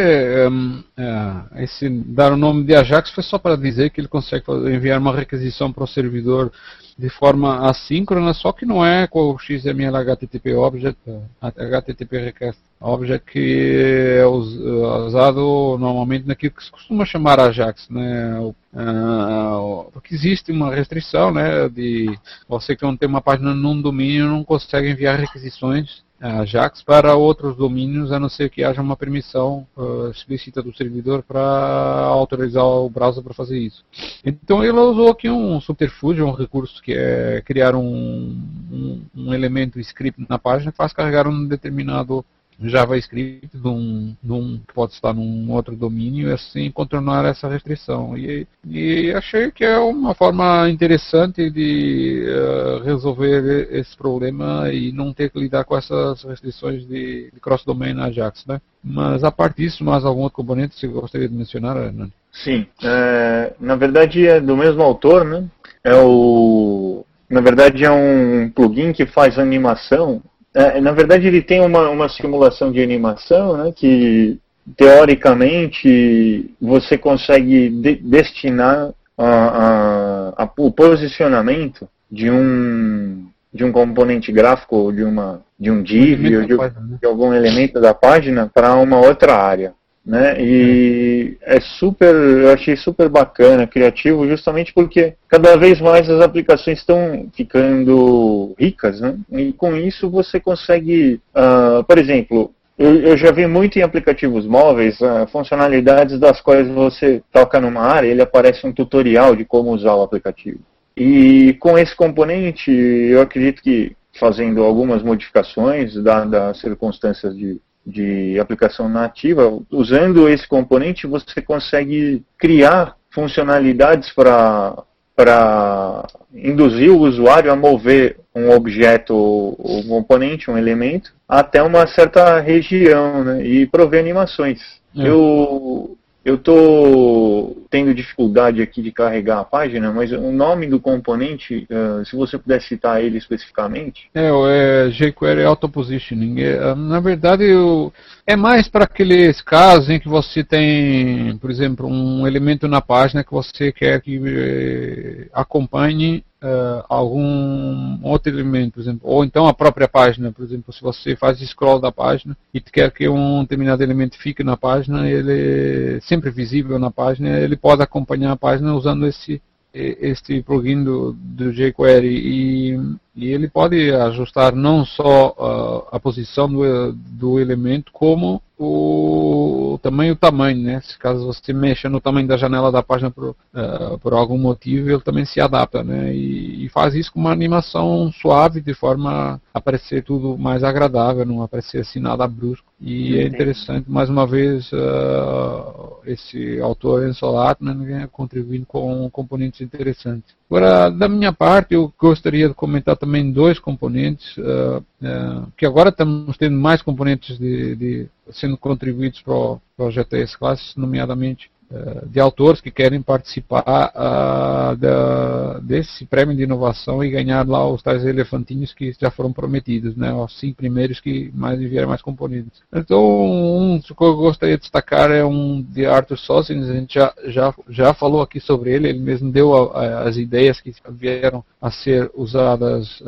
esse dar o nome de Ajax foi só para dizer que ele consegue enviar uma requisição para o servidor de forma assíncrona, só que não é com o XML HTTP Object, HTTP Request Object que é usado normalmente naquilo que se costuma chamar Ajax, né? Porque existe uma restrição, né, de você que não tem uma página num domínio não consegue enviar requisições Ajax para outros domínios, a não ser que haja uma permissão explícita do servidor para autorizar o browser para fazer isso. Então ele usou aqui um subterfúgio, um recurso que é criar um elemento script na página que faz carregar um determinado JavaScript de um que pode estar num outro domínio e assim contornar essa restrição. E achei que é uma forma interessante de resolver esse problema e não ter que lidar com essas restrições de cross-domain na Ajax, né? Mas a parte disso, mais algum outro componente que você gostaria de mencionar, Hernani? Sim, na verdade é do mesmo autor, né? Na verdade é um plugin que faz animação. Na verdade ele tem uma simulação de animação, né, que teoricamente você consegue destinar o posicionamento de um componente gráfico, ou de um div, ou de algum elemento da página para uma outra área. Né? E eu achei super bacana, criativo, justamente porque cada vez mais as aplicações estão ficando ricas, né? E com isso você consegue, por exemplo, eu já vi muito em aplicativos móveis funcionalidades das quais você toca numa área e ele aparece um tutorial de como usar o aplicativo. E com esse componente, eu acredito que fazendo algumas modificações, dadas as circunstâncias de aplicação nativa, usando esse componente você consegue criar funcionalidades para induzir o usuário a mover um objeto, um componente, um elemento, até uma certa região, né, e prover animações. Eu estou tendo dificuldade aqui de carregar a página, mas o nome do componente, se você puder citar ele especificamente. É jQuery Auto Positioning. Na verdade, é mais para aqueles casos em que você tem, por exemplo, um elemento na página que você quer que acompanhe algum outro elemento, por exemplo, ou então a própria página, por exemplo, se você faz scroll da página e quer que um determinado elemento fique na página, ele é sempre visível na página, ele pode acompanhar a página usando este plugin do jQuery e ele pode ajustar não só a posição do elemento, como também o tamanho, né? Se caso você mexa no tamanho da janela da página por algum motivo, ele também se adapta, né? E faz isso com uma animação suave, de forma a parecer tudo mais agradável, não aparecer assim nada brusco. E é interessante, mais uma vez, esse autor Ensolato, né, contribuindo com componentes interessantes. Agora, da minha parte, eu gostaria de comentar também dois componentes, que agora estamos tendo mais componentes sendo contribuídos para o GTS Classes, nomeadamente de autores que querem participar desse prêmio de inovação e ganhar lá os tais elefantinhos que já foram prometidos, né, os 5 primeiros que enviaram mais componentes. Então, um que eu gostaria de destacar é um de Arthur Sosins. A gente já falou aqui sobre ele mesmo deu as ideias que vieram a ser usadas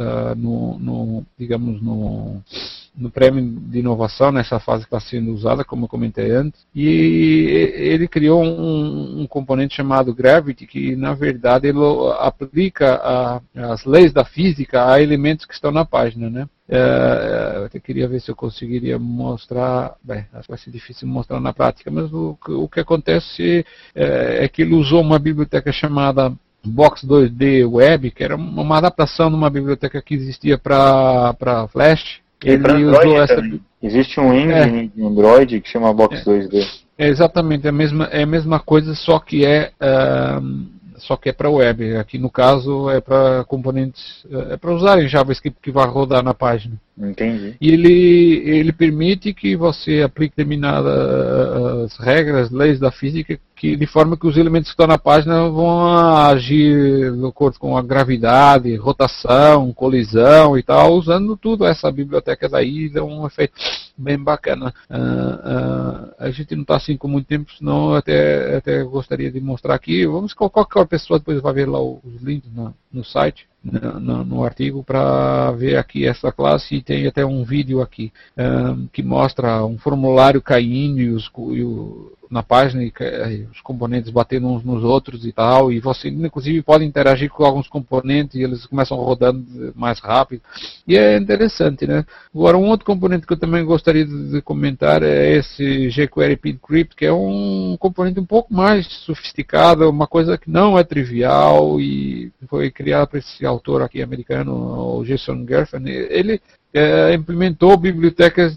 no prêmio de inovação, nessa fase que está sendo usada, como eu comentei antes, e ele criou um componente chamado Gravity, que na verdade ele aplica as leis da física a elementos que estão na página, né? Eu até queria ver se eu conseguiria mostrar, acho que vai ser difícil mostrar na prática, mas o que acontece é que ele usou uma biblioteca chamada Box 2D Web, que era uma adaptação de uma biblioteca que existia para Flash. Ele usou existe um engine de Android que chama Box 2D. É exatamente a mesma coisa, só que é para web. Aqui no caso é para componentes, é para usarem JavaScript que vai rodar na página. Entendi. E ele permite que você aplique determinadas regras, leis da física, de forma que os elementos que estão na página vão agir de acordo com a gravidade, rotação, colisão e tal, usando tudo essa biblioteca daí, dá um efeito bem bacana. A gente não está assim com muito tempo, senão eu até gostaria de mostrar aqui. Qualquer pessoa depois vai ver lá os links no site. no artigo para ver aqui essa classe, e tem até um vídeo aqui que mostra um formulário caindo na página, e os componentes batendo uns nos outros e tal, e você inclusive pode interagir com alguns componentes e eles começam rodando mais rápido, e é interessante, né? Agora, um outro componente que eu também gostaria de comentar é esse jQuery PidCrypt, que é um componente um pouco mais sofisticado, uma coisa que não é trivial, e foi criado por esse autor aqui americano, o Jason Gerfen. Ele implementou bibliotecas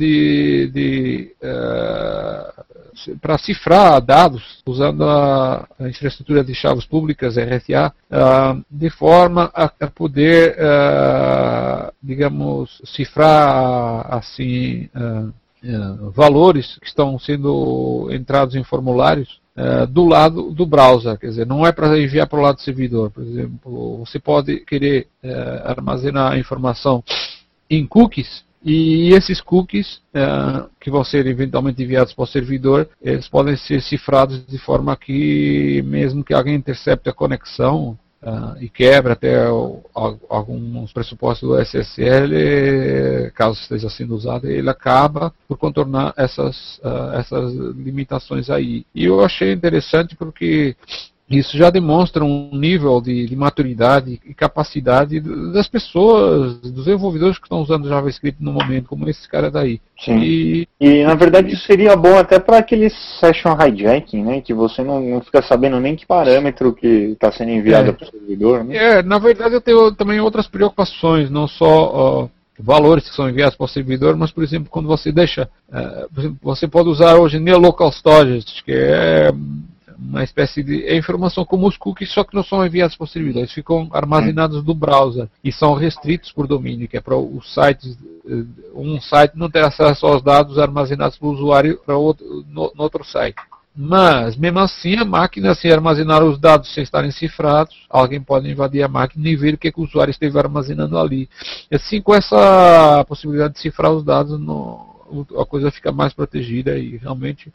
para cifrar dados usando a infraestrutura de chaves públicas, RSA, de forma a poder, digamos, cifrar assim valores que estão sendo entrados em formulários do lado do browser. Quer dizer, não é para enviar para o lado do servidor. Por exemplo, você pode querer armazenar a informação em cookies, e esses cookies que vão ser eventualmente enviados para o servidor, eles podem ser cifrados de forma que, mesmo que alguém intercepte a conexão e quebra até alguns pressupostos do SSL, caso esteja sendo usado, ele acaba por contornar essas limitações aí. E eu achei interessante porque isso já demonstra um nível de maturidade e capacidade das pessoas, dos desenvolvedores que estão usando JavaScript no momento, como esse cara daí. Sim. E na verdade isso seria bom até para aquele session hijacking, né? Que você não fica sabendo nem que parâmetro que está sendo enviado para o servidor. Né? Na verdade eu tenho também outras preocupações, não só valores que são enviados para o servidor, mas, por exemplo, quando você deixa, por exemplo, você pode usar hoje em dia local storage, que é uma espécie de informação como os cookies, só que não são enviados para o servidor, eles ficam armazenados no browser e são restritos por domínio, que é para os sites, um site não ter acesso aos dados armazenados pelo usuário para no outro site. Mas, mesmo assim, a máquina, se armazenar os dados sem estarem cifrados, alguém pode invadir a máquina e ver o que o usuário esteve armazenando ali. E assim, com essa possibilidade de cifrar os dados, a coisa fica mais protegida, e realmente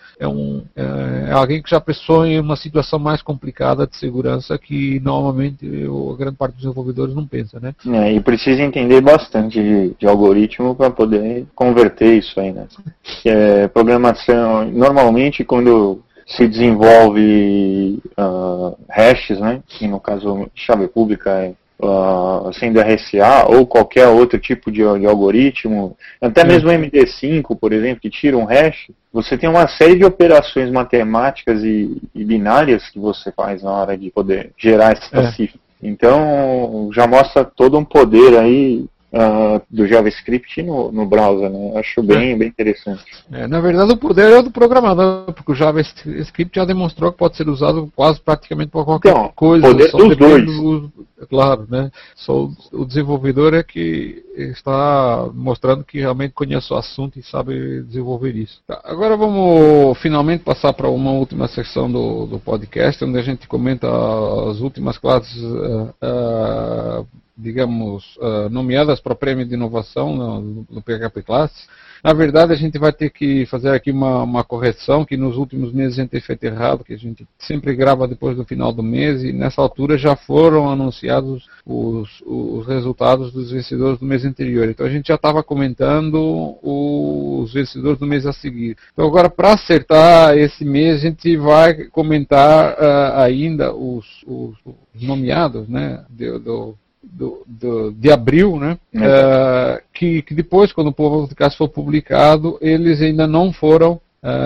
é alguém que já pensou em uma situação mais complicada de segurança que normalmente a grande parte dos desenvolvedores não pensa, né? E precisa entender bastante de algoritmo para poder converter isso aí, né? Programação, normalmente quando se desenvolve hashes, né? Que no caso chave pública sendo RSA ou qualquer outro tipo de algoritmo, até mesmo MD5, por exemplo, que tira um hash, você tem uma série de operações matemáticas e binárias que você faz na hora de poder gerar essa cifra. Então, já mostra todo um poder aí do JavaScript no browser, né? Acho bem interessante. Na verdade, o poder é do programador, porque o JavaScript já demonstrou que pode ser usado quase praticamente para qualquer coisa. O poder dos dois. Claro, né? Só o desenvolvedor é que está mostrando que realmente conhece o assunto e sabe desenvolver isso. Tá, agora vamos finalmente passar para uma última seção do podcast, onde a gente comenta as últimas classes, digamos, nomeadas para o prêmio de inovação no PHP Classes. Na verdade, a gente vai ter que fazer aqui uma correção, que nos últimos meses a gente tem feito errado, que a gente sempre grava depois do final do mês, e nessa altura já foram anunciados os resultados dos vencedores do mês anterior. Então a gente já estava comentando os vencedores do mês a seguir. Então agora, para acertar esse mês, a gente vai comentar ainda os nomeados, né, de abril, né? Que depois, quando o povo de casa for publicado, eles ainda não foram,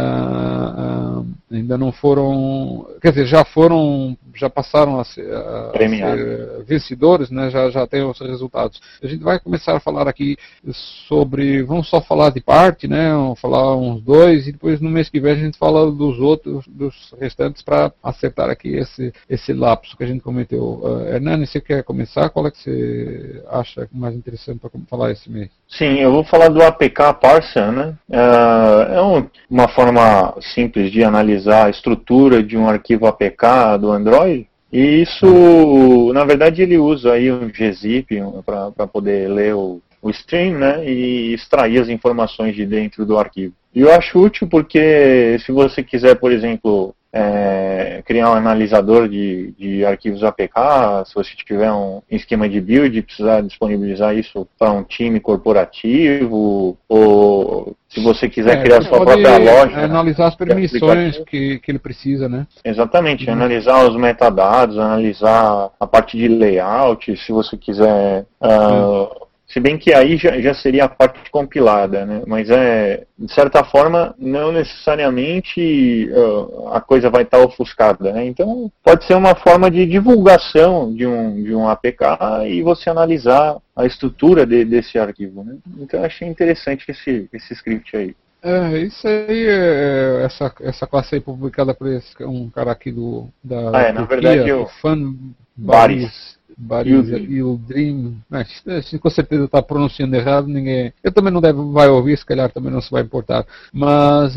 quer dizer, já passaram a ser vencedores, né? Já tem os resultados. A gente vai começar a falar aqui sobre, vamos só falar de parte, né? Vamos falar uns 2, e depois no mês que vem a gente fala dos outros, dos restantes, para acertar aqui esse lapso que a gente cometeu. Hernani, você quer começar? Qual é que você acha mais interessante para falar esse mês? Sim, eu vou falar do APK Parser, né? É uma forma simples de analisar a estrutura de um arquivo APK do Android. E isso, na verdade, ele usa aí um gzip para poder ler o stream, né, e extrair as informações de dentro do arquivo. E eu acho útil porque se você quiser, por exemplo, criar um analisador de arquivos APK, se você tiver um esquema de build, precisar disponibilizar isso para um time corporativo, ou se você quiser criar sua própria loja. Analisar as permissões que ele precisa, né? Exatamente, analisar os metadados, analisar a parte de layout, se você quiser. Se bem que aí já seria a parte compilada, né? Mas de certa forma, não necessariamente a coisa vai estar ofuscada, né? Então, pode ser uma forma de divulgação de um APK e você analisar a estrutura desse arquivo, né? Então, eu achei interessante esse script aí. Isso aí, essa classe aí publicada por um cara aqui da na Turquia, verdade, o Fan Baris Yildirim, com certeza está pronunciando errado, eu também não vai ouvir, se calhar também não se vai importar, mas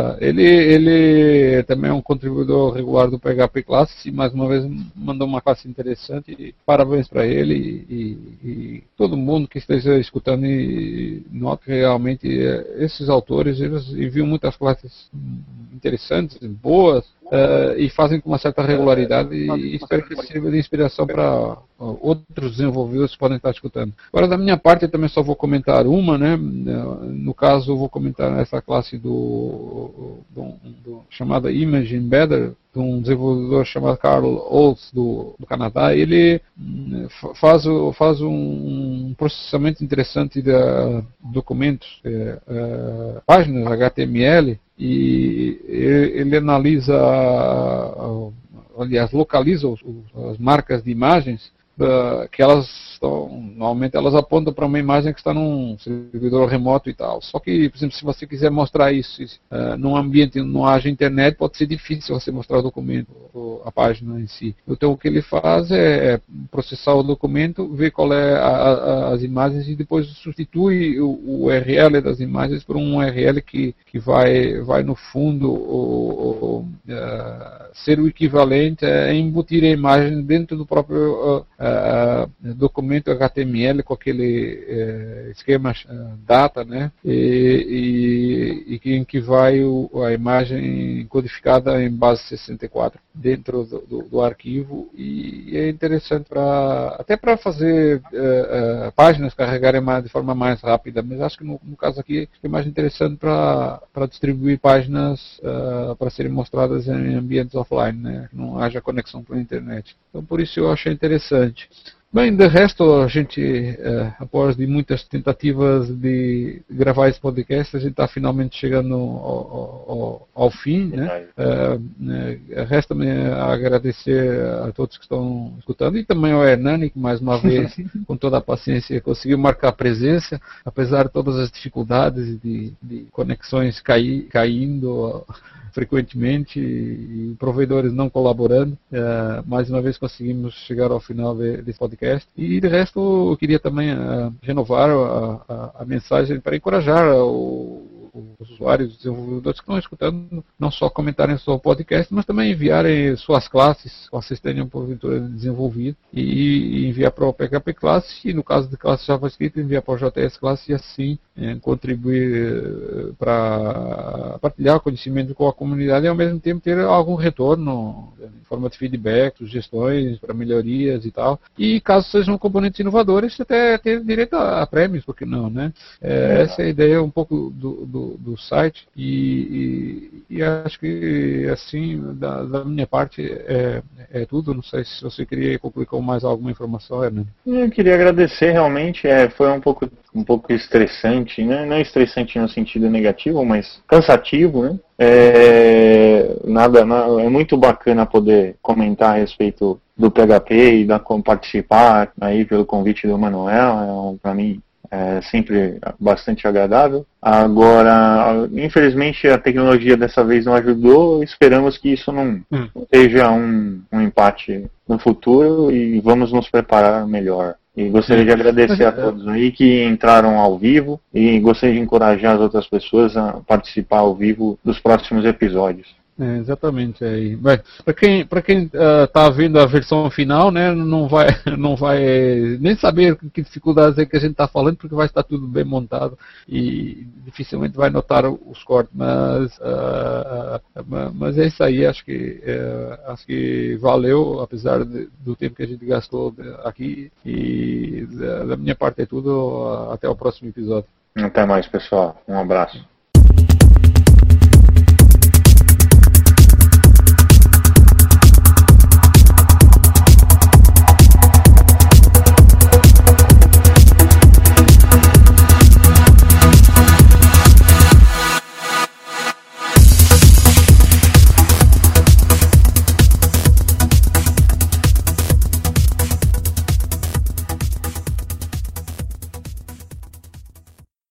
ele também é um contribuidor regular do PHP Classes e mais uma vez mandou uma classe interessante, e parabéns para ele e todo mundo que esteja escutando e note que realmente esses autores, eles enviam muitas classes interessantes, boas, e fazem com uma certa regularidade e espero que sirva de inspiração para outros desenvolvedores que podem estar escutando. Agora, da minha parte, eu também só vou comentar uma, né? No caso, eu vou comentar essa classe chamada Image Embedder, de um desenvolvedor chamado Carl Olds, do Canadá. Ele faz um processamento interessante de documentos, páginas HTML, e ele analisa, aliás, localiza as marcas de imagens que normalmente elas apontam para uma imagem que está num servidor remoto e tal. Só que, por exemplo, se você quiser mostrar isso num ambiente onde não haja internet, pode ser difícil você mostrar o documento, a página em si. Então o que ele faz é processar o documento, ver qual é as imagens e depois substitui o URL das imagens por um URL que vai no fundo ser o equivalente a embutir a imagem dentro do próprio documento HTML com aquele esquema data, né? Em que vai a imagem codificada em base 64 dentro do arquivo, e é interessante até para fazer páginas carregarem de forma mais rápida, mas acho que no caso aqui é mais interessante para distribuir páginas para serem mostradas em ambientes offline, né? Que não haja conexão com a internet. Então por isso eu achei interessante. Bem, de resto, a gente, após de muitas tentativas de gravar esse podcast, a gente está finalmente chegando ao fim, né? Resta-me agradecer a todos que estão escutando, e também ao Hernani, que mais uma vez, com toda a paciência, conseguiu marcar a presença, apesar de todas as dificuldades de conexões caindo frequentemente e provedores não colaborando. Mais uma vez conseguimos chegar ao final desse podcast. E de resto eu queria também renovar a mensagem para encorajar os usuários, os desenvolvedores que estão escutando, não só comentarem sobre o podcast, mas também enviarem suas classes, que vocês tenham porventura desenvolvido, e enviar para o PHP Classe, e no caso de classe JavaScript, enviar para o JS Classe, e assim contribuir para partilhar o conhecimento com a comunidade e ao mesmo tempo ter algum retorno em forma de feedback, sugestões para melhorias e tal. E caso sejam componentes inovadores, até ter direito a prêmios, porque não, né? Essa é a ideia um pouco do site, e acho que assim, da minha parte é tudo. Não sei se você queria concluir com mais alguma informação, Hernani. Eu queria agradecer, realmente, foi um pouco estressante, né? Não estressante no sentido negativo, mas cansativo, né? É muito bacana poder comentar a respeito do PHP e participar aí pelo convite do Manuel. Para mim é sempre bastante agradável. Agora, infelizmente, a tecnologia dessa vez não ajudou. Esperamos que isso não seja um empate no futuro, e vamos nos preparar melhor. E gostaria de agradecer a todos aí que entraram ao vivo, e gostaria de encorajar as outras pessoas a participar ao vivo dos próximos episódios. Exatamente aí. Para quem está vendo a versão final, né, não vai nem saber que dificuldades é que a gente está falando, porque vai estar tudo bem montado e dificilmente vai notar os cortes. Mas é isso aí. Acho que valeu, apesar do tempo que a gente gastou aqui. E da minha parte é tudo. Até o próximo episódio. Até mais, pessoal. Um abraço.